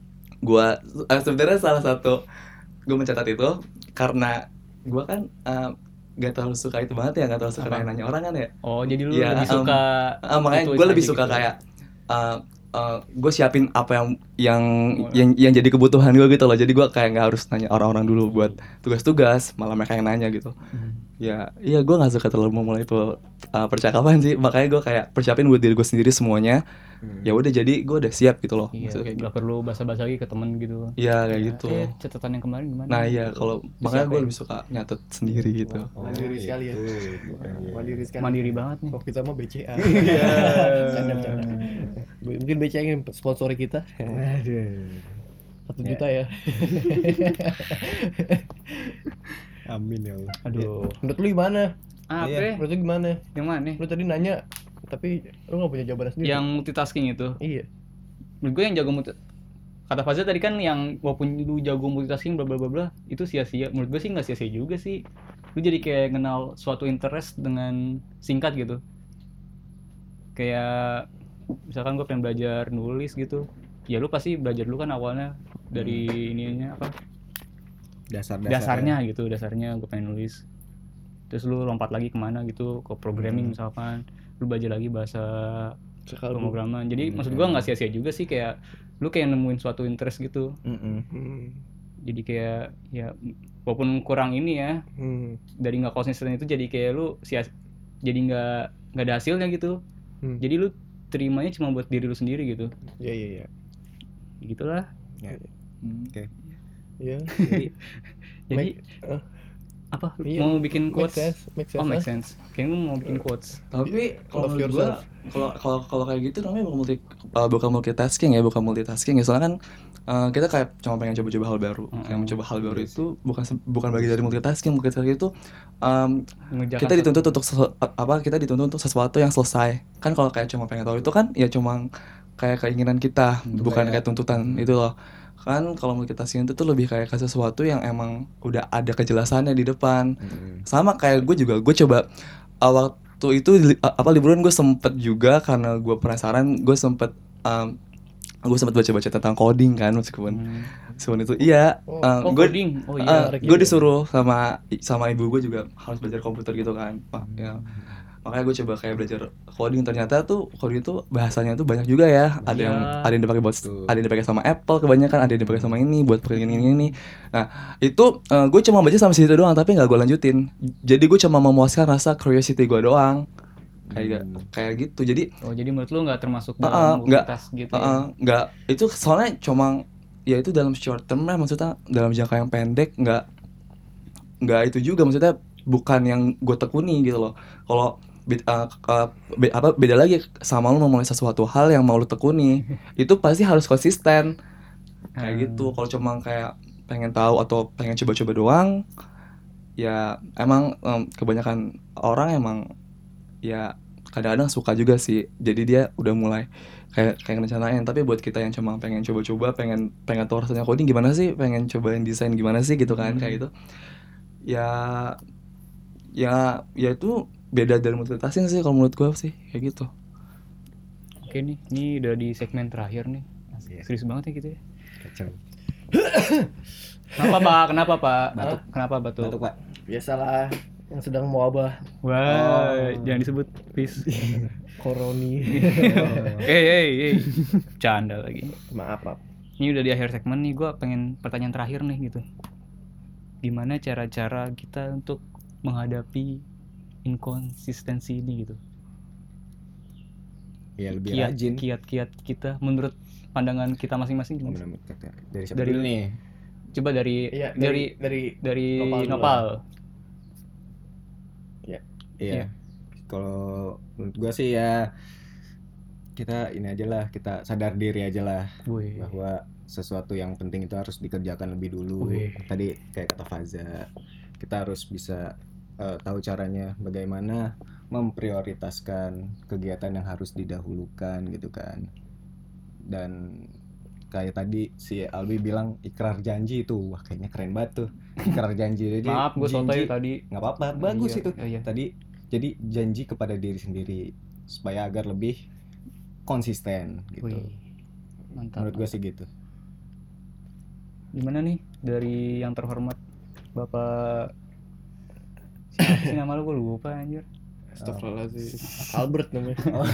gue uh, sebenarnya salah satu gue mencatat itu karena gue kan uh, gak terlalu suka itu banget ya, gak terlalu suka Apa? nanya orang kan ya. Oh, jadi lu Iya, lebih um, suka Ah, makanya tulis gue lebih aja suka gitu. kayak uh, uh, gue siapin apa yang yang Oh. yang yang jadi kebutuhan gue gitu loh. Jadi gue kayak nggak harus nanya orang-orang dulu buat tugas-tugas, malah mereka yang nanya gitu. Hmm. Ya, iya gue nggak suka terlalu memulai itu uh, percakapan sih. Makanya gue kayak persiapin buat diri gue sendiri semuanya. Hmm. Ya udah, jadi gue udah siap gitu loh. Iya, Maksudnya kayak nggak perlu basa-basa lagi ke temen gitu. Iya kayak Ya, gitu. Eh, catatan yang kemarin gimana? Nah iya, kalau makanya gue Disiapin. lebih suka nyatet sendiri gitu. Oh, Mandiri gitu. sekali ya. Iya. Mandiri sekali. Mandiri banget nih. Oh, kita mah B C A. Iya. Canda, canda. Mungkin B C A yang sponsori kita. Aduh. Satu Ya. juta ya. Amin ya Allah. Aduh. Menurut lu gimana? Apa? Iya. Menurut lu gimana? Yang mana? Lu tadi nanya, tapi lu gak punya jawaban sendiri. Yang multitasking itu. Iya. Menurut gue yang jago multi kata Faza tadi kan yang walaupun lu jago multitasking bla bla bla bla itu sia-sia. Menurut gue sih nggak sia-sia juga sih. Lu jadi kayak kenal suatu interest dengan singkat gitu. Kayak misalkan gue pengen belajar nulis gitu. Ya lu pasti belajar dulu kan awalnya dari ininya apa? Dasar Dasarnya gitu, dasarnya gue pengen nulis. Terus lu lompat lagi kemana gitu, ke programming Hmm. misalkan. Lu belajar lagi bahasa Sekali. pemrograman. Jadi Hmm. maksud gua nggak sia-sia juga sih, kayak lu kayak nemuin suatu interest gitu. Mm-mm. Hmm. Jadi kayak ya walaupun kurang ini ya, Hmm. dari nggak konsisten itu jadi kayak lu sia jadi nggak nggak ada hasilnya gitu. Hmm. Jadi lu terimanya cuma buat diri lu sendiri gitu. Ya ya ya. Gitulah. Hmm. Ya. Jadi Jadi Make- eh. apa Iya, mau bikin Make quotes? sense, make sense. Oh, make ah. sense. Kayaknya lu mau bikin quotes. Tapi kalau Love menurut gua yourself. kalau kalau kalau kayak gitu namanya bukan multi uh, bukan multitasking ya, bukan multitasking ya. Soalnya kan uh, kita kayak cuma pengen coba-coba hal baru. Mm-mm. Kayak mencoba hal baru Iya itu bukan se- bukan bagian dari multitasking. Multitasking itu um, Mengerjakan kita satu- dituntut untuk sesu- apa kita dituntut untuk sesuatu yang selesai. Kan kalau kayak cuma pengen tahu itu kan ya cuma kayak keinginan kita, Untuk bukan kayak- kayak tuntutan itu loh. Kan kalau multitasking itu tuh lebih kayak ke sesuatu yang emang udah ada kejelasannya di depan. Mm-mm. Sama kayak gue juga, gue coba uh, waktu itu li- uh, apa liburan gue sempet juga karena gue penasaran, gue sempet um, gue sempet baca-baca tentang coding kan meskipun Hmm. meskipun itu iya Oh, uh, Oh, gue coding. Oh uh, iya. menarik gue juga. disuruh sama sama ibu gue juga harus belajar komputer gitu kan Pak, ya. Makanya gue coba kayak belajar coding, ternyata tuh coding itu bahasanya tuh banyak juga ya. Ada yang Iya. ada yang dipakai buat Betul. ada yang dipakai sama Apple kebanyakan, ada yang dipakai sama ini buat pakai ini ini ini. Nah, itu uh, gue cuma baca sampai situ doang tapi nggak gue lanjutin. Jadi gue cuma memuaskan rasa curiosity gue doang. Kayak Hmm. kayak gitu. Jadi Oh, jadi menurut lu nggak termasuk Uh-uh, dalam nggak. multitask gitu uh, ya? nggak itu soalnya cuma ya itu dalam short term lah, maksudnya dalam jangka yang pendek, nggak nggak itu juga, maksudnya bukan yang gue tekuni gitu loh. Kalau be- uh, uh, be- apa beda lagi sama lu memulai sesuatu hal yang mau lu tekuni itu pasti harus konsisten kayak Hmm. gitu. Kalau cuma kayak pengen tahu atau pengen coba-coba doang ya emang em, kebanyakan orang emang ya kadang-kadang suka juga sih, jadi dia udah mulai kayak kayak rencanain. Tapi buat kita yang cuma pengen coba-coba, pengen pengen tahu rasanya coding gimana sih, pengen cobain desain gimana sih gitu kan, Hmm. kayak gitu ya ya ya itu beda dari multitasking sih kalau menurut gua sih kayak gitu. Oke nih, ini udah di segmen terakhir nih. Iya. Serius banget ya gitu ya. Kacau. Kenapa Pak? Kenapa Pak? Batuk. Kenapa batuk? Batuk, Pak. Biasalah yang sedang mewabah Wah, Oh. jangan disebut please. koroni. Hei, hei, hei. Canda lagi. Maaf, maaf. Ini udah di akhir segmen nih, gue pengen pertanyaan terakhir nih gitu. Gimana cara-cara kita untuk menghadapi inkonsistensi ini gitu? Ya lebih Kiat, rajin. kiat-kiat kita menurut pandangan kita masing-masing gimana? Bener-bener kata- Dari siapa Dari- dulu nih? Coba dari Iya, dari dari dari Nopal dulu Nopal. Iya. Iya. Kalau menurut gua sih ya kita ini aja lah, kita sadar diri aja lah Wih. bahwa sesuatu yang penting itu harus dikerjakan lebih dulu. Wih. Tadi kayak kata Faza, kita harus bisa eh, tahu caranya bagaimana memprioritaskan kegiatan yang harus didahulukan gitu kan. Dan kayak tadi si Albi bilang ikrar janji itu, wah kayaknya keren banget tuh. Ikrar janji. Jadi Maaf, gue sotoy janji- tadi. nggak apa-apa, bagus Iya, itu. iya. Tadi jadi janji kepada diri sendiri supaya agar lebih konsisten gitu. Wih. Mantap. Menurut gue sih gitu. Gimana nih dari yang terhormat Bapak siapa sih nama lu, gue lupa anjir. Astagfirullahaladzim. Albert namanya.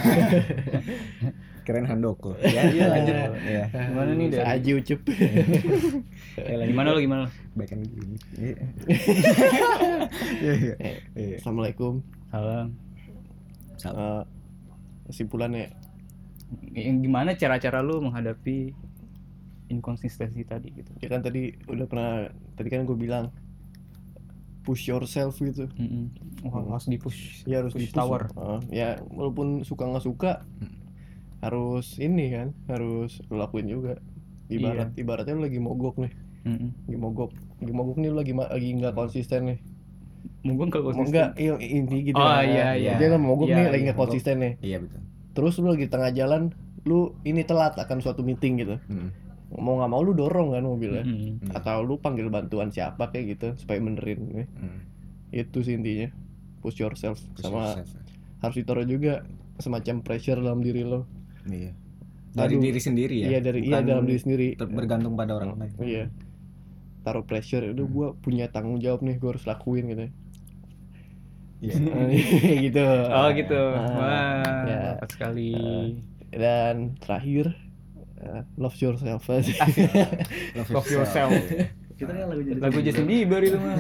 Keren Handoko. Ya, iya lanjut. Iya. Gimana nih dari Aji ucup. Ya, lanjut. gimana lo gimana lo? Baikan gini. Iya. Iya, iya. Eh, Iya. Assalamualaikum. Salam. Salam. Eh, kesimpulannya Yang gimana cara-cara lu menghadapi inkonsistensi tadi gitu? ya kan tadi udah pernah tadi kan gue bilang push yourself gitu. Mm-mm. Wah, Hmm. harus di push. Ya harus Push di-push. tower. Eh, ya walaupun suka nggak suka harus ini kan harus lo lakuin juga. Ibarat ibaratnya lu lagi mogok nih, Mm-mm. lagi mogok, lagi mogok nih lu lagi ma- lagi nggak konsisten nih. Mungkin kalau Mau nggak iya, inti gitu Oh, lah. iya, iya. Dia kan mogok Iya, nih lagi iya, nggak mogok. konsisten nih. Iya betul. Terus lu lagi di tengah jalan, lu ini telat akan suatu meeting gitu. Hmm. Mau nggak mau lu dorong kan mobilnya. Mm-mm. Hmm. Atau lu panggil bantuan siapa kayak gitu supaya benerin nih. Hmm. Itu sih intinya. Push yourself. Push Sama yourself. harus ditaruh juga semacam pressure dalam diri lo. Iya. Dari Aduh. diri sendiri ya. Iya dari iya Bukan dalam diri sendiri. ter- bergantung pada orang lain. Iya. Taruh pressure, udah Hmm. gue punya tanggung jawab nih, gue harus lakuin gitu. Iya. gitu. Oh gitu. Ah, Wah, ya. tepat sekali. Dan terakhir eh, love yourself aja. Love yourself. Kita kan lagu jadi Lagu Justin Bieber itu mah.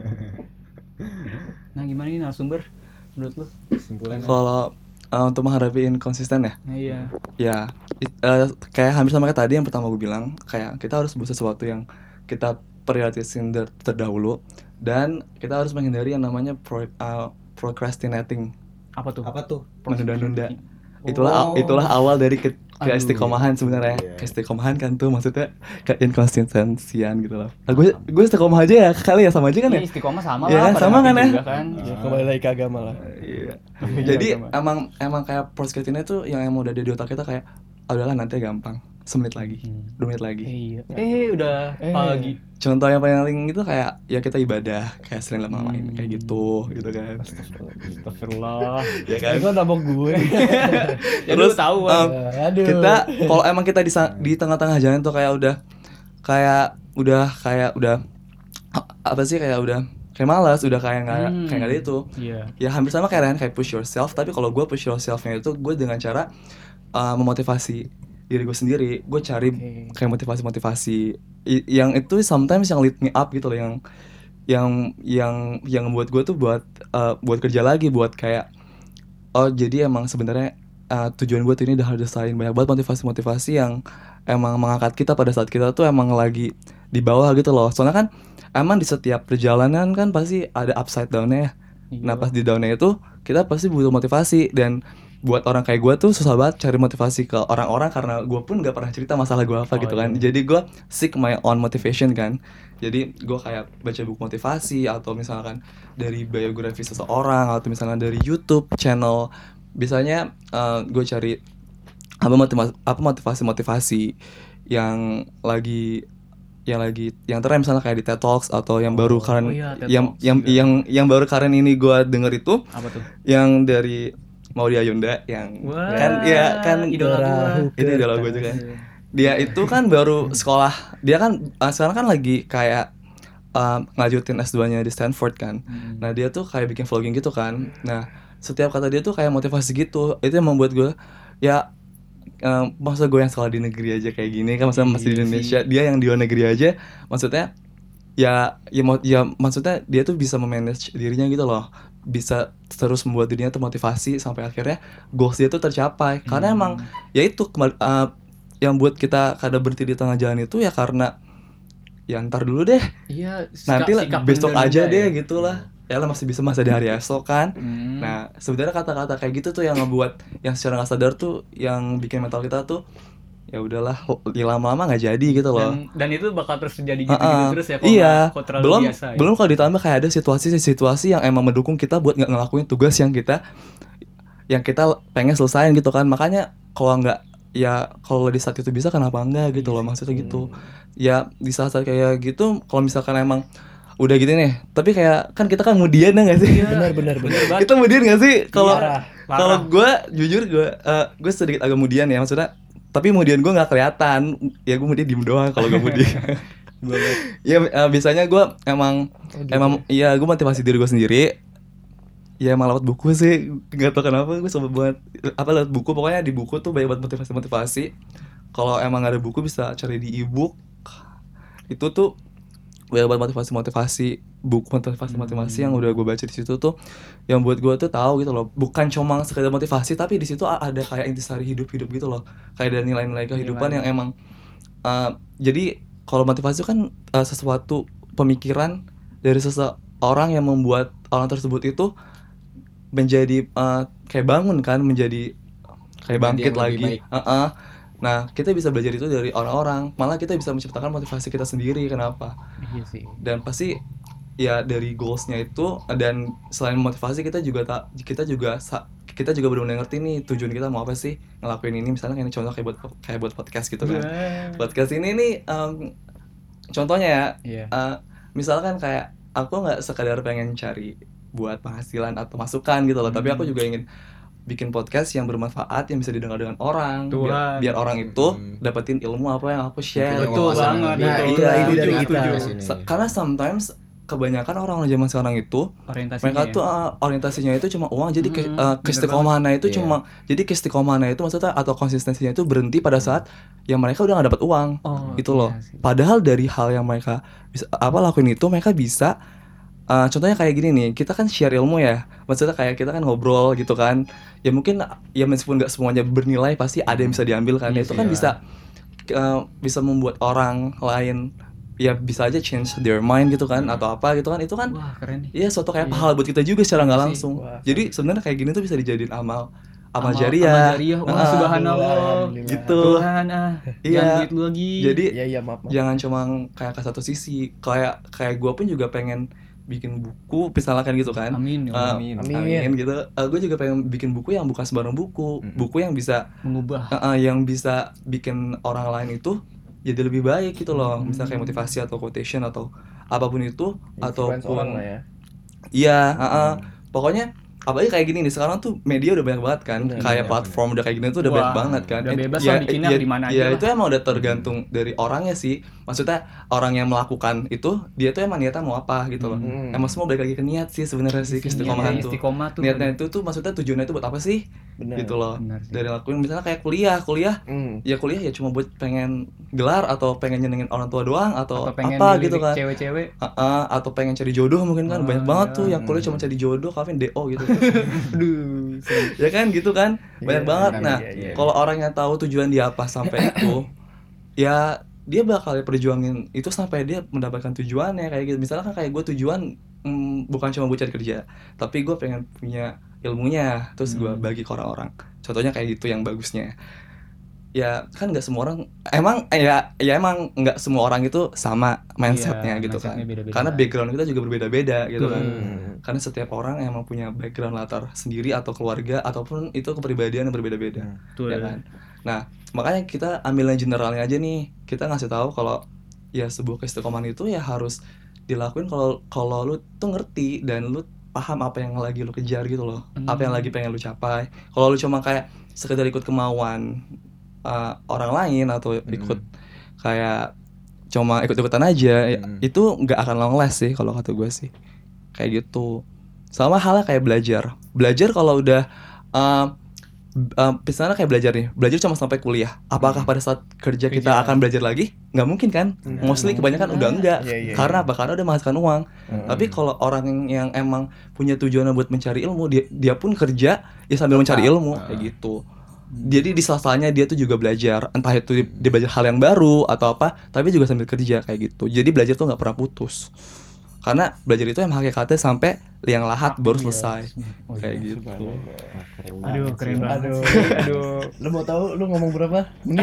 Nah, gimana nih narasumber menurut lu? Kesimpulan Kalau uh, untuk menghadapi inkonsisten ya, Nah, iya. ya it- uh, kayak hampir sama kayak tadi yang pertama gue bilang, kayak kita harus buat sesuatu yang kita prioritasin ter- terdahulu, dan kita harus menghindari yang namanya pro- uh, procrastinating, Apa tuh? apa tuh? menunda-nunda. Itulah Oh. itulah awal dari ke, Aduh. keistiqomahan sebenarnya. Iya. Keistiqomahan kan tuh maksudnya kayak inkonsistensian gitu loh. Nah, gue gue istiqomah aja ya kali ya, sama aja kan Iya, ya. istiqomah sama Iya lah. kan, pada sama mati kan ya? juga kan. Ya, kembali lagi ke agama lah. Iya. Iya, Jadi agama. emang emang kayak procrastinate tuh yang emang udah ada di otak kita kayak "Ah, udahlah nanti gampang, semenit lagi, Hmm. dua menit lagi." Iya. Eh, udah Eh. pagi. Contoh yang paling itu kayak ya kita ibadah kayak sering lama-lamain Hmm. kayak gitu gitu kan. Astagfirullah. Ya kan. Itu nabok gue. Ya lu Terus, tahu um, kan. Aduh. Kita kalau emang kita di sa- di tengah-tengah jalan tuh kayak udah kayak udah kayak udah apa sih kayak udah kayak malas, udah kayak nggak Hmm. kayak nggak ada itu. Iya. Ya hampir sama kayak Ryan, kayak push yourself, tapi kalau gue push yourselfnya itu gue dengan cara uh, memotivasi diri gue sendiri. Gue cari Oke. kayak motivasi-motivasi I- yang itu sometimes yang lead me up gitu loh, yang yang yang yang membuat gue tuh buat uh, buat kerja lagi, buat kayak oh jadi emang sebenarnya uh, tujuan gue tuh ini udah harus selesai. Banyak banget motivasi-motivasi yang emang mengangkat kita pada saat kita tuh emang lagi di bawah gitu loh. Soalnya kan emang di setiap perjalanan kan pasti ada upside down-nya ya. Iya. Nah pas di down-nya itu kita pasti butuh motivasi, dan buat orang kayak gue tuh susah banget cari motivasi ke orang-orang karena gue pun gak pernah cerita masalah gue apa Oh, gitu kan. iya. Jadi gue seek my own motivation kan. Jadi gue kayak baca buku motivasi, atau misalkan dari biografi seseorang, atau misalnya dari YouTube channel. Biasanya uh, gue cari apa motivasi apa motivasi-motivasi yang lagi yang lagi yang tren, misalnya kayak di TED Talks atau yang baru karen oh iya, TED yang Talks yang juga. yang yang baru karen ini gue denger itu Apa tuh? yang dari Maudy Ayunda yang Wah, kan iya kan idola gua. itu idola gue juga. Dia itu kan baru sekolah, dia kan uh, sekarang kan lagi kayak uh, ngajutin S dua-nya di Stanford kan. Hmm. Nah dia tuh kayak bikin vlogging gitu kan. Nah setiap kata dia tuh kayak motivasi gitu. Itu yang membuat gue ya um, masa gue yang sekolah di negeri aja kayak gini kan, maksudnya masih di Iya Indonesia, dia yang di luar negeri aja, maksudnya ya ya mau ya maksudnya dia tuh bisa memanage dirinya gitu loh, bisa terus membuat dirinya tuh motivasi sampai akhirnya goals dia tuh tercapai. Karena Hmm. emang ya itu kembali uh, yang buat kita kadang berhenti di tengah jalan itu ya karena ya ntar dulu deh, Iya, sika- nanti lah sikap besok menunda aja ya. deh gitu lah. Ya lah masih bisa masa di hari esok kan. Hmm. Nah sebenarnya kata-kata kayak gitu tuh yang ngebuat yang secara nggak sadar tuh yang bikin mental kita tuh ya udahlah ya lama-lama nggak jadi gitu loh. dan, dan itu bakal terus terjadi gitu-gitu Uh-uh. terus ya kalau Iya, nggak- kalau terlalu belum biasa ya. belum kalau ditambah kayak ada situasi-situasi yang emang mendukung kita buat nggak ngelakuin tugas yang kita yang kita pengen selesain gitu kan. Makanya kalau nggak ya kalau di saat itu bisa kenapa enggak gitu loh, maksudnya gitu. Ya di saat-saat kayak gitu kalau misalkan emang udah gitu nih, tapi kayak kan kita kan kemudian ya nggak sih? Benar benar benar. Bener banget. Kita kemudian nggak sih kalau Parah. Parah. kalau gue jujur gue uh, gue sedikit agak kemudian ya, maksudnya tapi kemudian gue nggak kelihatan ya, gue kemudian diem doang kalau gue kemudian. Ya uh, biasanya gue emang Oh, gitu. emang iya gue motivasi diri gue sendiri ya emang lewat buku sih, nggak tau kenapa gue suka banget apa lewat buku. Pokoknya di buku tuh banyak banget motivasi-motivasi. Kalau emang nggak ada buku bisa cari di ebook, itu tuh banyak banget motivasi-motivasi buku motivasi-motivasi yang udah gue baca di situ tuh yang buat gue tuh tahu gitu loh, bukan cuma sekedar motivasi tapi di situ ada kayak intisari hidup-hidup gitu loh, kayak ada nilai-nilai kehidupan Nilai. yang emang uh, jadi kalau motivasi itu kan uh, sesuatu pemikiran dari seseorang yang membuat orang tersebut itu menjadi uh, kayak bangun kan, menjadi kayak Menjadi bangkit yang lebih lagi. baik. Uh-uh. Nah kita bisa belajar itu dari orang-orang, malah kita bisa menciptakan motivasi kita sendiri. Kenapa? Iya sih. Dan pasti ya dari goalsnya itu, dan selain motivasi kita juga tak kita juga sa- kita juga benar-benar ngerti nih tujuan kita mau apa sih ngelakuin ini. Misalnya kayak contoh kayak buat kayak buat podcast gitu kan. Podcast ini nih um, contohnya ya, Iya. uh, misalkan kayak aku nggak sekadar pengen cari buat penghasilan atau masukan gitu loh, tapi aku Hmm. juga ingin bikin podcast yang bermanfaat yang bisa didengar dengan orang, Tuhan. biar, biar orang itu Hmm. dapetin ilmu apa yang aku share. Betul gitu. banget, Nah, betul. iya, Itu itu dari juga kita. setuju. Se- karena sometimes kebanyakan orang-orang zaman sekarang itu Orientasinya mereka ya? tuh uh, orientasinya itu cuma uang, jadi ke, Hmm, uh, bener keistiqomahannya itu Iya. cuma jadi keistiqomahannya itu maksudnya atau konsistensinya itu berhenti pada saat yang mereka udah nggak dapat uang Oh, gitu iya loh. sih. Padahal dari hal yang mereka bisa apa lakuin itu mereka bisa uh, contohnya kayak gini nih, kita kan share ilmu ya, maksudnya kayak kita kan ngobrol gitu kan, ya mungkin ya meskipun nggak semuanya bernilai pasti ada yang bisa diambil kan, Iya itu sih, kan ya. bisa uh, bisa membuat orang lain ya bisa aja change their mind gitu kan atau apa gitu kan, itu kan Wah, keren nih. iya suatu kayak Iya. pahala buat kita juga secara nggak Iya sih. langsung. Wah, Jadi sebenarnya kayak gini tuh bisa dijadiin amal amal Amal- jariah. amal jariah. Wah, Ah, subhanallah. Alhamdulillah. gitu. Tuhan ah, Iya. jangan duit lu lagi. Jadi Iya iya maaf maaf. jangan cuma kayak ke satu sisi. Kayak kayak gue pun juga pengen bikin buku misalnya kan gitu kan. Amin, ya Ah, Allah. Amin. Amin. Amin gitu. gue juga pengen bikin buku yang bukan sembarang buku, Mm-mm. buku yang bisa Mengubah. uh, uh, yang bisa bikin orang lain itu jadi lebih baik gitu loh. Hmm. Misalnya kayak motivasi atau quotation atau apapun itu Influence orang ataupun lah ya. iya, uh-uh. Pokoknya apalagi kayak gini nih sekarang tuh media udah banyak banget kan, Bener, kayak bener, platform udah kayak gini tuh udah Wah, banyak banget kan. udah Eh, bebas ya, lah bikinnya ya, di mana ya, aja lah. itu emang udah tergantung dari orangnya sih. Maksudnya orang yang melakukan itu dia tuh emang niatnya mau apa gitu loh. Hmm. Emang semua balik lagi ke niat sih sebenarnya sih, keistiqomahan Iya, tuh. istiqomah tuh. Niatnya itu tuh maksudnya tujuannya itu buat apa sih? Bener. Gitu loh. Benar sih. Dari lakuin misalnya kayak kuliah, kuliah Hmm. ya kuliah ya cuma buat pengen gelar atau pengen nyenengin orang tua doang atau, Atau pengen apa dilirik gitu kan. cewek-cewek. Heeh, atau pengen cari jodoh mungkin kan Ah, banyak banget iya. tuh yang kuliah cuma Hmm. cari jodoh, kawin D O gitu. Aduh. Ya kan gitu kan, banyak Iya, banget. iya, Nah, iya, iya. kalau orang yang tahu tujuan dia apa sampai itu, ya dia bakal perjuangin itu sampai dia mendapatkan tujuannya kayak gitu. Misalnya kan kayak gue tujuan mm, bukan cuma gue cari kerja, tapi gue pengen punya ilmunya, terus gue Hmm. bagi ke orang-orang. Contohnya kayak gitu yang bagusnya. Ya kan nggak semua orang, emang eh, ya ya emang nggak semua orang itu sama mindsetnya Iya, gitu kan. mindsetnya beda-beda. Karena background kita juga berbeda-beda gitu kan. Hmm. Karena setiap orang emang punya background latar sendiri atau keluarga ataupun itu kepribadian yang berbeda-beda, Betul. ya kan. Nah, makanya kita ambil yang generalnya aja nih. Kita ngasih tahu kalau ya sebuah keistiqomahan itu ya harus dilakuin kalau kalau lu tuh ngerti dan lu paham apa yang lagi lu kejar gitu loh. Hmm. Apa yang lagi pengen lu capai. Kalau lu cuma kayak sekedar ikut kemauan uh, orang lain atau ikut kayak cuma ikut-ikutan aja, ya, Hmm. itu nggak akan long last sih kalau kata gue sih. Kayak gitu. Sama halnya kayak belajar. Belajar kalau udah um, um, misalnya kayak belajar nih, belajar cuma sampai kuliah. Apakah Hmm. pada saat kerja kita Kerja. akan belajar lagi? Nggak mungkin kan? Nggak Mostly mungkin. kebanyakan udah enggak. Iya, iya, Karena iya. apa? Karena udah menghasilkan uang. Hmm. Tapi kalau orang yang emang punya tujuan buat mencari ilmu, dia dia pun kerja ya sambil mencari Tetap. ilmu Ah. kayak gitu. Jadi di sela-selanya dia tuh juga belajar, entah itu dia, dia belajar hal yang baru atau apa, tapi juga sambil kerja kayak gitu. Jadi belajar tuh nggak pernah putus. Karena belajar itu yang hakikatnya sampai liang lahat baru selesai. Oh, Kayak iya. gitu. Wah, keren Aduh, banget keren sih. banget. Aduh. Aduh. Lu mau tahu lu ngomong berapa menit?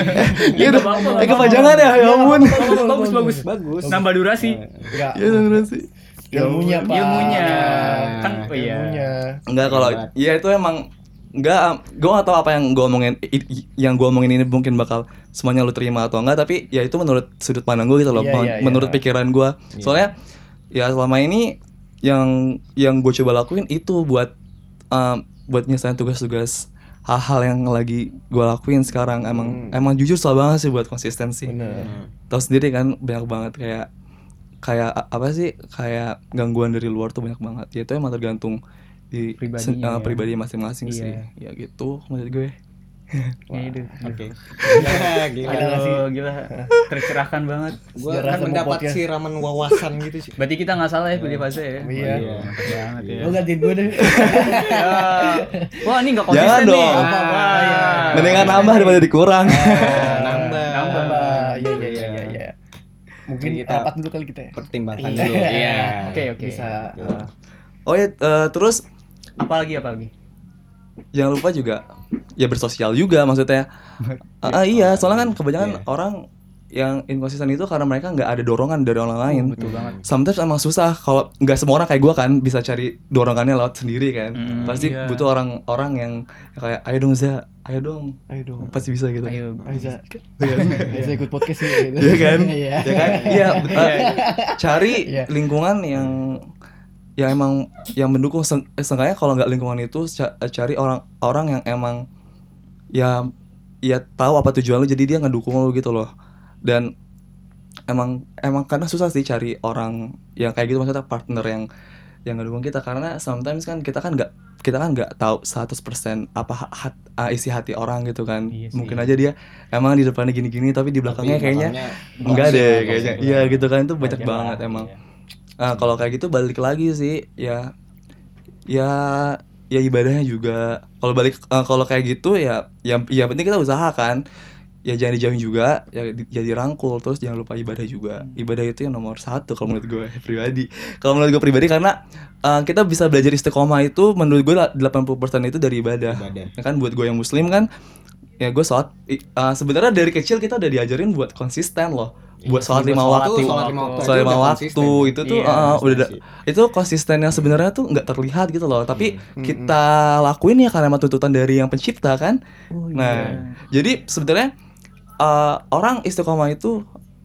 Iya udah, apa-apa, eh nggak kepanjangan ya, ya ampun. Bagus, bagus. Bagus. Nambah durasi. Enggak. Iya bener sih. Ilmunya, Pak. Ilmunya. Nah, Kan oh iya. Ilmunya. Enggak kalau Hebat. ya itu emang enggak, gue gak tahu apa yang gue omongin i- i- yang gue omongin ini mungkin bakal semuanya lu terima atau enggak, tapi ya itu menurut sudut pandang gue gitu loh, Iya, men- iya, iya. menurut pikiran gue. Iya. Soalnya ya selama ini yang yang gue coba lakuin itu buat um, buat nyelesain tugas-tugas hal-hal yang lagi gue lakuin sekarang. Emang Hmm. emang jujur susah banget sih buat konsistensi. Bener. Tahu sendiri kan banyak banget kayak kayak a- apa sih kayak gangguan dari luar tuh banyak banget. Ya itu emang tergantung di Pribadinya sen- uh, ya. pribadi masing-masing Iya. sih. Ya gitu menurut gue. Ya, itu. Oke. Ada Gila. nggak sih? Aduh, gila. Tercerahkan banget. Gue Sejarah kan sama mendapat podcast. siraman wawasan gitu sih. Berarti kita nggak salah ya pilih fase ya. Iya. Iya. Mantap banget ya. Lu gantiin gue deh. Ya. Wah, ini nggak konsisten Jangan nih. dong. Ah, wah, iya. Mendingan nambah daripada dikurang. Nambah. Nambah. Bah, iya iya iya iya iya. Mungkin Kita- rapat dulu kali kita ya. Pertimbangkan Iya. dulu. Iya. Oke, oke. Bisa. Oke. Oh ya, eh, terus Apa lagi apa lagi? jangan lupa juga ya bersosial juga maksudnya. Ah, ah, iya, soalnya kan kebanyakan Iya. orang yang inkonsisten itu karena mereka nggak ada dorongan dari orang lain. Betul banget. Sometimes emang susah kalau nggak semua orang kayak gue kan bisa cari dorongannya lewat sendiri kan. Mm, Pasti iya. butuh orang-orang yang kayak ayo dong Za, ayo dong, Ayo dong. pasti bisa gitu. Ayo. Aiza. Aiza ikut podcast sih gitu. Iya kan? Iya. Ya kan? Iya, eh, cari Iya. lingkungan yang yang emang yang mendukung. Seng- eh, seenggaknya kalau nggak lingkungan itu ca- cari orang-orang yang emang ya ya tahu apa tujuan lu jadi dia ngedukung lu gitu loh. Dan emang emang karena susah sih cari orang yang kayak gitu, maksudnya partner yang yang ngedukung kita, karena sometimes kan kita kan nggak kita kan nggak tahu seratus persen apa ha- hat, uh, isi hati orang gitu kan. Iya sih. Mungkin aja dia emang di depannya gini-gini tapi di belakangnya Tapi kayaknya belakangnya enggak toxic deh lah, kayaknya. toxic Iya lah. gitu kan, itu banyak Wajar banget lah, emang. iya. Nah, kalau kayak gitu balik lagi sih ya ya ya ibadahnya juga. Kalau balik uh, kalau kayak gitu ya yang ya penting kita usahakan. Ya jangan dijauhin juga, ya di- jadi rangkul, terus jangan lupa ibadah juga. Ibadah itu yang nomor satu kalau menurut gue pribadi. Kalau menurut gue pribadi karena uh, kita bisa belajar istiqomah itu menurut gue delapan puluh persen itu dari ibadah. Ibadah. Ya kan buat gue yang muslim kan, ya gue sholat. i- uh, sebenarnya dari kecil kita udah diajarin buat konsisten loh, buat sholat buat lima sholat waktu, lima sholat lima waktu sholat aja lima udah waktu konsisten, ya. itu tuh Iya, uh, udah konsistensi. itu konsisten yang sebenarnya tuh nggak terlihat gitu loh, tapi Hmm. kita lakuin ya karena emang tuntutan dari yang pencipta kan. Oh, Nah, jadi sebenarnya uh, orang istiqomah itu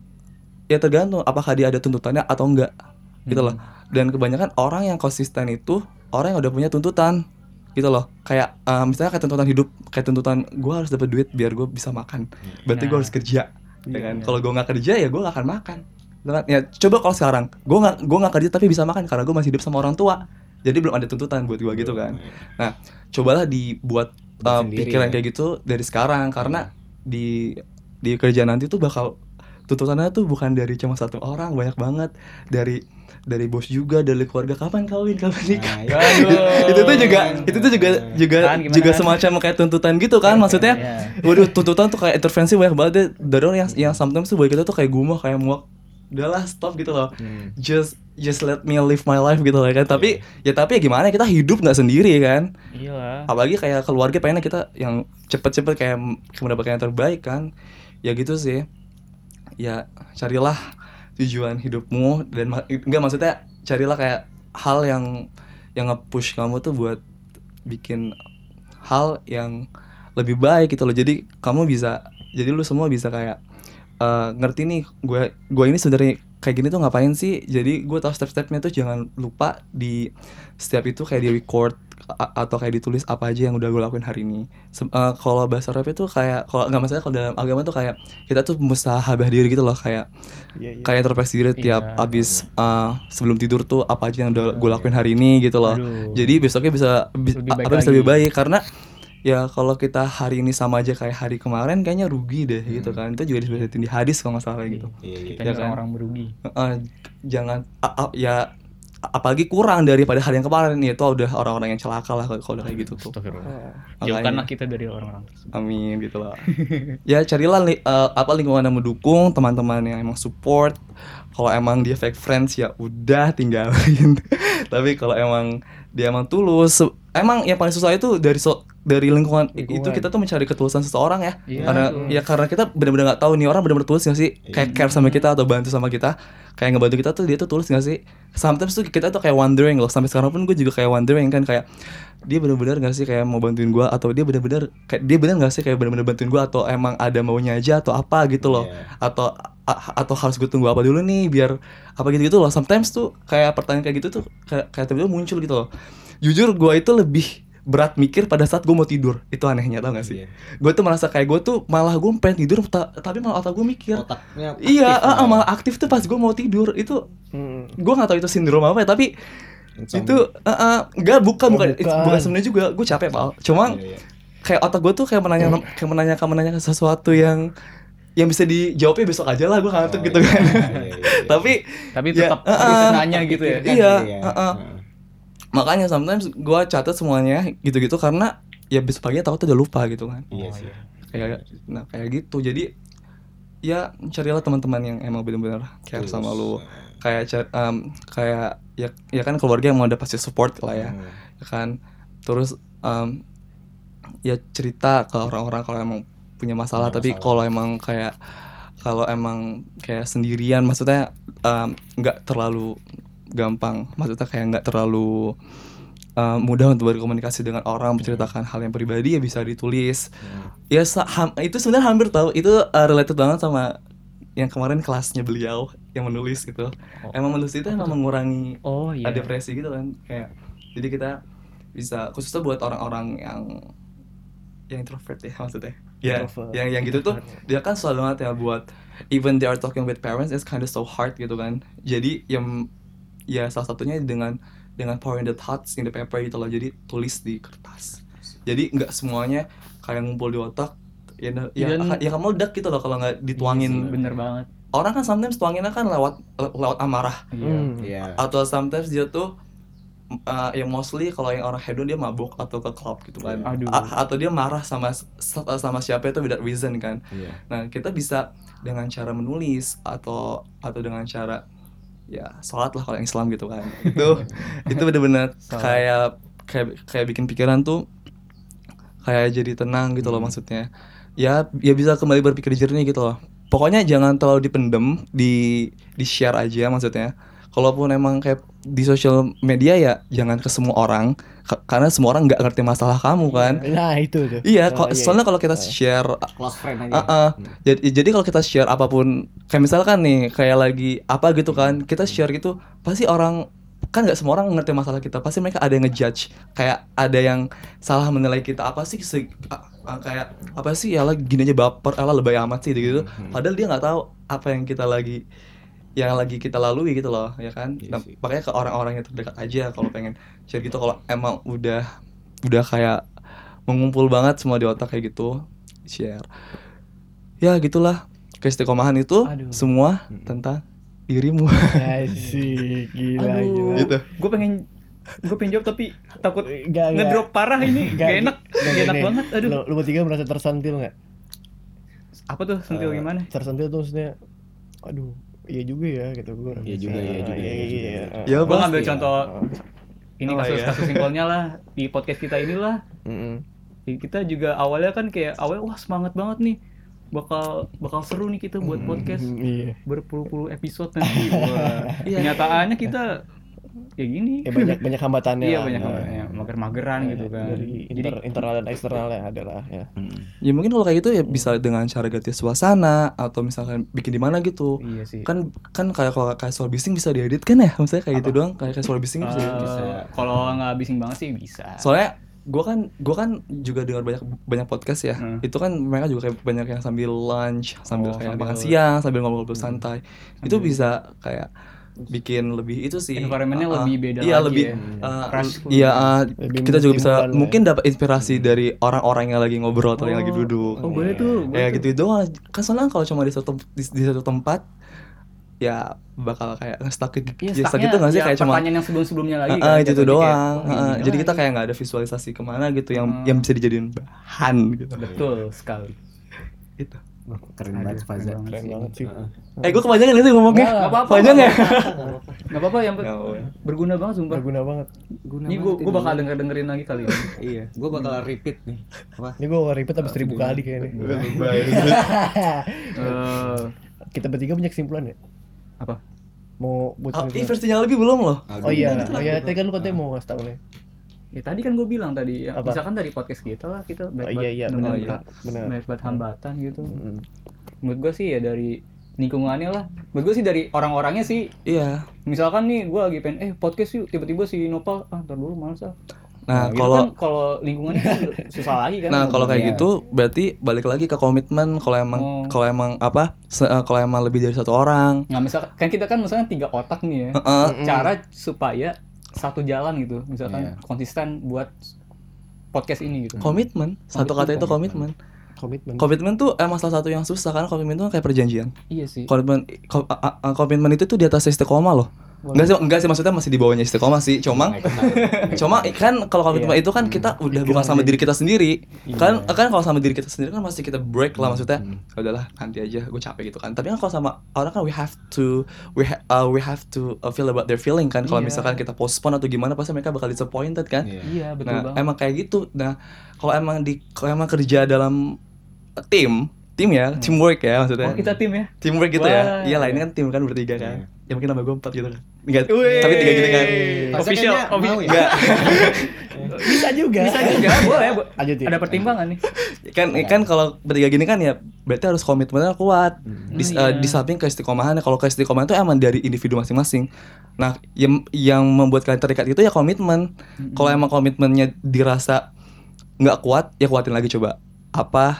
ya tergantung apakah dia ada tuntutannya atau enggak gitu loh. Dan kebanyakan orang yang konsisten itu orang yang udah punya tuntutan gitu loh. Kayak uh, misalnya kayak tuntutan hidup, kayak tuntutan gue harus dapat duit biar gue bisa makan. Berarti gue Nah. harus kerja, ya kan? Iya. Kalau gue nggak kerja ya gue gak akan makan. Gitu kan? Ya coba kalau sekarang gue nggak gue nggak kerja tapi bisa makan karena gue masih hidup sama orang tua. Jadi belum ada tuntutan buat gue gitu kan. Nah, cobalah dibuat Buat uh, sendiri pikiran ya. kayak gitu dari sekarang karena di di kerjaan nanti tuh bakal tuntutannya tuh bukan dari cuma satu orang, banyak banget dari dari bos juga, dari keluarga, kapan kawin, kapan nikah. Nah, Aduh. itu tuh juga itu tuh juga juga Kan, gimana juga kan? semacam kayak tuntutan gitu kan, maksudnya. Iya. Waduh, tuntutan tuh kayak intervensi banyak banget deh dari orang yang yang sometimes tuh buat kita tuh kayak gumoh, kayak muak. Udahlah, stop gitu loh. Hmm. Just just let me live my life gitu loh kan. Tapi ya tapi ya gimana, kita hidup nggak sendiri kan. Iyalah. Apalagi kayak keluarga pengennya kita yang cepet-cepet kayak m- mendapatkan yang terbaik kan. Ya gitu sih. Ya carilah tujuan hidupmu dan ma- enggak maksudnya carilah kayak hal yang yang nge-push kamu tuh buat bikin hal yang lebih baik gitu loh. Jadi kamu bisa, jadi lu semua bisa kayak eh, ngerti nih gue gue ini sebenarnya kayak gini tuh ngapain sih. Jadi gue tahu step-stepnya tuh, jangan lupa di setiap itu kayak di record a- atau kayak ditulis apa aja yang udah gue lakuin hari ini. Sem- eh, kalau bahasa Arab itu kayak kalau nggak masalah, kalau dalam agama tuh kayak kita tuh mustahabah diri gitu loh, kayak Iya, iya. kayak introspeksi diri tiap Iya. abis eh, sebelum tidur tuh apa aja yang udah gue lakuin hari ini gitu loh. Aduh. Jadi besoknya bisa bi- Lebih baik apa bisa lagi. lebih baik, karena ya kalau kita hari ini sama aja kayak hari kemarin kayaknya rugi deh gitu kan. Itu juga disebutin di hadis kalau nggak salah kayak gitu. Iya, iya. Kita Ya nih kan? orang merugi. Eh, jangan a- a- ya a- apalagi kurang daripada hari yang kemarin, ya itu udah orang-orang yang celaka lah kalau kalau udah kayak gitu tuh. Astagfirullah. Oh. Jauhkanlah Makanya, kita dari orang-orang tersebut. amin gitu loh. Ya carilah li- eh, apa lingkungan yang mendukung, teman-teman yang emang support. Kalau emang dia fake friends ya udah tinggalin. Tapi kalau emang dia emang tulus, se- emang yang paling susah itu dari so- dari lingkungan, i- itu Lingkungan. kita tuh mencari ketulusan seseorang ya. Iya, Karena betul. ya karena kita benar-benar nggak tahu nih orang benar-benar tulus nggak sih, kayak care sama kita atau bantu sama kita, kayak ngebantu kita tuh dia tuh tulus nggak sih. Sometimes tuh kita tuh kayak wondering loh, sampai sekarang pun gue juga kayak wondering kan, kayak dia benar-benar nggak sih kayak mau bantuin gue, atau dia benar-benar kayak dia benar nggak sih kayak benar-benar bantuin gue, atau emang ada maunya aja atau apa gitu loh. Iya. Atau a- atau harus gue tunggu apa dulu nih biar apa gitu-gitu loh. Sometimes tuh kayak pertanyaan kayak gitu tuh kayak kayak tiba-tiba muncul gitu loh. Jujur gue itu lebih berat mikir pada saat gue mau tidur. Itu anehnya, tau gak sih? Iya. Gue tuh merasa kayak gue tuh malah gue pengen tidur ta- tapi malah otak gue mikir. Otaknya Iya, aktif ah, ah, lah. malah aktif tuh pas gue mau tidur. Itu Hmm. gue nggak tahu itu sindrom apa ya, tapi Insomnia. itu ah, ah, nggak bukan Oh, bukan bukan. itu bukan sebenarnya juga gue capek pal. Cuma Iya, iya. kayak otak gue tuh kayak menanya kayak menanyakan menanyakan sesuatu yang yang bisa dijawabnya besok aja lah, gue ngantuk Oh, gitu iya, kan. iya, iya, iya. Tapi Tapi ya, tetap ah, harus ah, nanya gitu ya. Pikirkan Iya, gitu ya. ah, ah. Nah. makanya sometimes gue catat semuanya gitu-gitu karena ya besok paginya takutnya udah lupa gitu kan. Iya Oh, sih. iya. Kayak nah kayak gitu. Jadi ya carilah teman-teman yang emang benar-benar care Tulus. sama lu. Kayak car- em, kayak ya ya kan keluarga yang mau ada pasti support lah ya. Hmm. Ya kan. Terus em, ya cerita ke orang-orang kalau emang punya masalah, Punya tapi masalah. kalau emang kayak kalau emang kayak sendirian, maksudnya em, nggak terlalu gampang, maksudnya kayak nggak terlalu em, mudah untuk berkomunikasi dengan orang, menceritakan hal yang pribadi, ya bisa ditulis. Hmm. Ya sa- ham- itu sebenarnya hampir tahu itu uh, related banget sama yang kemarin kelasnya beliau yang menulis gitu. Oh. Emang menulis itu emang mengurangi Oh iya. uh, depresi gitu kan, kayak jadi kita bisa khususnya buat orang-orang yang yang introvert ya maksudnya, ya Introvert. yang yang gitu tuh dia kan selalu banget ya buat even they are talking with parents it's kind of so hard gitu kan. Jadi yang ya salah satunya dengan dengan pouring the thoughts in the paper gitu loh. Jadi tulis di kertas. Jadi nggak semuanya kayak ngumpul di otak ya ya, Dan- ya kamu meledak gitu loh kalau nggak dituangin. Bener banget. Orang kan sometimes tuanginnya kan lewat lewat amarah Iya. Hmm. Iya. atau sometimes dia tuh uh, yang mostly kalau yang orang hedon dia mabuk atau ke club gitu kan. Aduh. A- atau dia marah sama sama siapa itu without reason kan. Iya. Nah, kita bisa dengan cara menulis atau atau dengan cara ya sholat lah kalau yang Islam gitu kan. Itu itu benar-benar Sholat. kayak kayak kayak bikin pikiran tuh kayak jadi tenang gitu loh Hmm. maksudnya. Ya ya bisa kembali berpikir jernih gitu loh. Pokoknya jangan terlalu dipendem, di di share aja maksudnya. Kalaupun emang kayak di sosial media ya jangan ke semua orang ka- karena semua orang nggak ngerti masalah kamu kan. Nah itu tuh. Iya, Oh, kok soalnya kalau kita Ah. share Close friend aja. Uh, uh, jadi, jadi kalau kita share apapun, kayak misalkan nih, kayak lagi apa gitu kan, kita share gitu, pasti orang kan nggak semua orang ngerti masalah kita, pasti mereka ada yang ngejudge, kayak ada yang salah menilai kita apa sih, se- uh, uh, kayak apa sih, ya lah gini aja baper, ya lah lebay amat sih gitu, Hmm. padahal dia nggak tahu apa yang kita lagi, yang lagi kita lalui gitu loh, ya kan? Iya Nah, sih. makanya ke orang-orang yang terdekat aja kalau pengen share gitu, kalau emang udah udah kayak mengumpul banget semua di otak kayak gitu, share. Ya gitulah, keistiqomahan itu Aduh. semua Hmm. tentang dirimu. Asik, gila Aduh. gila. Gitu. Gue pengen gue pengen jawab tapi takut Enggak, enggak. ngedrop parah ini. Nggak, Gak enak, nggak gak enak gini. banget. Aduh. Lu, lu bertiga merasa tersentil nggak? Apa tuh sentil Eh, gimana? Tersentil tuh maksudnya, aduh, iya juga ya gitu gue. Iya juga, iya juga, iya juga. Ya, Gue ngambil pasti. contoh ini Oh, kasus-kasus iya. simpelnya lah di podcast kita inilah. Kita juga awalnya kan kayak awalnya wah semangat banget nih. Bakal bakal seru nih kita buat podcast Iya. berpuluh-puluh episode nanti. Wah, kenyataannya kita ya gini. Ya banyak banyak hambatannya. Iya lah. banyak Nah, hambatannya, mager-mageran gitu kan. Dari Jadi inter- internal dan eksternalnya adalah ya. Hmm. Ya mungkin kalau kayak gitu ya bisa dengan cara ganti suasana atau misalkan bikin di mana gitu. iya sih. Kan kan kayak kalau kayak suara bising bisa diedit kan ya, maksudnya kayak gitu doang, kayak kayak suara bising bisa. Eh, diedit. bisa. kalau nggak bising banget sih bisa. Soalnya gue kan gue kan juga dengar banyak banyak podcast ya. Hmm. Itu kan mereka juga kayak banyak yang sambil lunch, sambil Oh, kayak sambil- makan siang, sambil ngobrol-ngobrol santai. Itu Sambil- bisa kayak bikin lebih itu sih. Environment-nya uh, uh, lebih beda Iya, lagi lebih ya. uh, Fresh. Iya, uh, Lebih kita juga bisa menstimulan lah ya. mungkin dapat inspirasi dari orang-orang yang lagi ngobrol atau yang lagi duduk. Oh boleh tuh. boleh Ya tuh. gitu doang. Kan soalnya kalau cuma di satu tem- di, di satu tempat ya bakal kayak stuck, Iya, ya, stuck stucknya gitu nggak sih, ya kayak cuma pertanyaan yang sebelum-sebelumnya lagi Ah, kan, ah, itu tuh jatuhnya kayak, doang. oh, Ah, gini jadi kita lagi. kayak nggak ada visualisasi kemana gitu yang Hmm. yang bisa dijadiin bahan gitu. Betul sekali. Itu. Wah, keren Aduh, banget Faza. keren Keren banget sih. Eh, gue kepanjangan nggak sih ngomongnya? Nggak, nggak apa-apa. Panjang ya? Nggak apa-apa yang Nggak apa-apa. berguna banget sumpah. Berguna banget. Ini gue gue bakal denger dengerin lagi kali ini. Iya, gue bakal repeat nih. Apa? Ini gue repeat habis seribu kali kayaknya. Eh, Kita bertiga punya kesimpulan ya? apa? Mau buat Oh, ih, kesimpulan? versinya lebih belum loh. Oh iya, oh iya, tadi kan lu katanya mau ngasih tau nih. Ya tadi kan gue bilang tadi, ya, Apa? misalkan dari podcast kita lah kita Oh banyak iya iya, banget benar Oh, iya. benar. banyak banget hambatan gitu. Mm. Menurut gue sih ya dari lingkungannya lah. Menurut gue sih dari orang-orangnya sih. Iya. Misalkan nih gue lagi pengen eh podcast yuk, tiba-tiba si Nopal ah ntar dulu males ah. Nah, gitu kalau kan kalau lingkungannya kan susah lagi kan. nah kalau kayak Iya. gitu berarti balik lagi ke komitmen. Kalau emang Oh. kalau emang apa? se- eh, kalau emang lebih dari satu orang. Nah, misalkan kan kita kan misalnya tiga otak nih ya. Heeh. Mm-mm. Cara supaya satu jalan gitu, misalkan Iya. konsisten buat podcast ini gitu. Komitmen. Satu kata itu komitmen. Komitmen. Komitmen tuh emang salah satu yang susah karena komitmen tuh kayak perjanjian. Iya sih. Komitmen ko- a- a- komitmen itu tuh di atas istiqomah loh. Enggak sih, enggak sih maksudnya masih di bawahnya istiqomah sih. Cuma cuma kan kalau komitmen Iya. itu kan kita udah bukan sama diri kita sendiri. Kan kan kalau sama diri kita sendiri kan masih kita break lah maksudnya. "Ya udahlah, nanti aja gue capek gitu kan." Tapi kan kalau sama orang kan we have to we ha- uh, we have to uh, feel about their feeling kan. Kalau Iya. misalkan kita postpone atau gimana pasti mereka bakal disappointed kan. Iya. Iya, betul Nah, banget. emang kayak gitu. Nah, kalau emang di kalau emang kerja dalam tim, tim ya, teamwork ya maksudnya. Oh, kita tim ya. Teamwork gitu Wah. ya. Iyalah, ini kan tim kan bertiga kan. Iya. Ya mungkin nama gue empat gitu kan. Enggak, Wih. tapi tiga gini kan. Faza Official, kayaknya official. mau ya? Enggak. Bisa juga. Bisa juga, boleh. bo- Lanjutin. Ada pertimbangan nih. kan kan kalau bertiga gini kan ya berarti harus komitmennya kuat. Di, Hmm, eh, iya. di samping keistiqomahannya. Kalau keistiqomahan itu emang dari individu masing-masing. Nah, yang yang membuat kalian terikat itu ya komitmen. Kalau emang komitmennya dirasa nggak kuat, ya kuatin lagi coba. Apa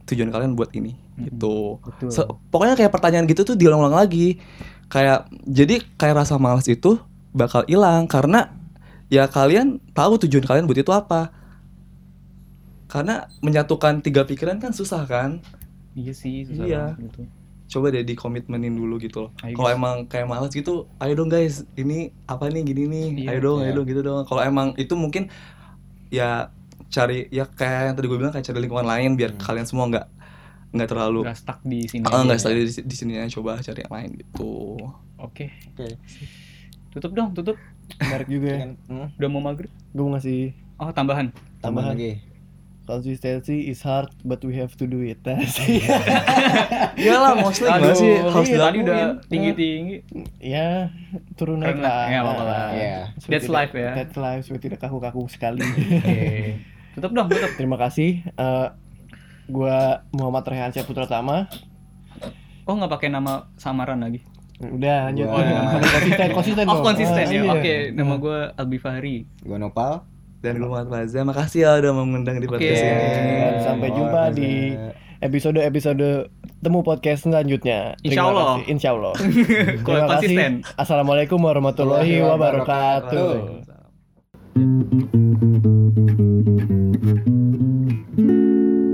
tujuan kalian buat ini gitu. Betul. Se- pokoknya kayak pertanyaan gitu tuh diulang-ulang lagi. Kayak jadi kayak rasa malas itu bakal hilang karena ya kalian tahu tujuan kalian buat itu apa. Karena menyatukan tiga pikiran kan susah kan. Iya sih, susah Iya. banget gitu. Coba deh dikomitmenin dulu gitu loh. Ayo, Kalau guys. emang kayak malas gitu, ayo dong guys, ini apa nih gini nih, Iya, ayo dong, iya. ayo dong gitu dong. Kalau emang itu mungkin ya cari ya kayak yang tadi gue bilang kayak cari lingkungan lain biar Hmm. kalian semua nggak nggak terlalu Nggak stuck di sini. ah, aja nggak ya. stay di, di sini aja, coba cari yang lain gitu. Oke. Oke. Tutup dong, tutup. Menarik juga ya. Kan, hmm, Udah mau maghrib. Gue mau ngasih Oh, tambahan. tambah Tambahan. lagi. consistency is hard but we have to do it. Iyalah, mostly Aduh, gimana sih harus iya, tadi udah dilakuin. tinggi-tinggi. Ya, turun naik Karena- lah. ya, apa-apa lah. Iya. Supaya That's tidak- life ya. That's life, supaya tidak kaku-kaku sekali. Oke. Tutup dong, tutup. Terima kasih. Eh, gua Muhammad Rehansyah Putra Tama. Oh, nggak pakai nama samaran lagi. Udah lanjut. Wah. konsisten, konsisten Oh, dong. konsisten Ah, ya. iya. Oke, nama gue Albi Fahri. Gua Nopal. Dan gue Muhammad Faza, makasih ya udah mengundang di podcast Oke. ini. Dan sampai jumpa di episode-episode Temu Podcast selanjutnya. Terima Insya Allah. kasih. Insya Allah. Kok Terima kasih. konsisten. Assalamualaikum warahmatullahi wabarakatuh. Waalaikumsalam.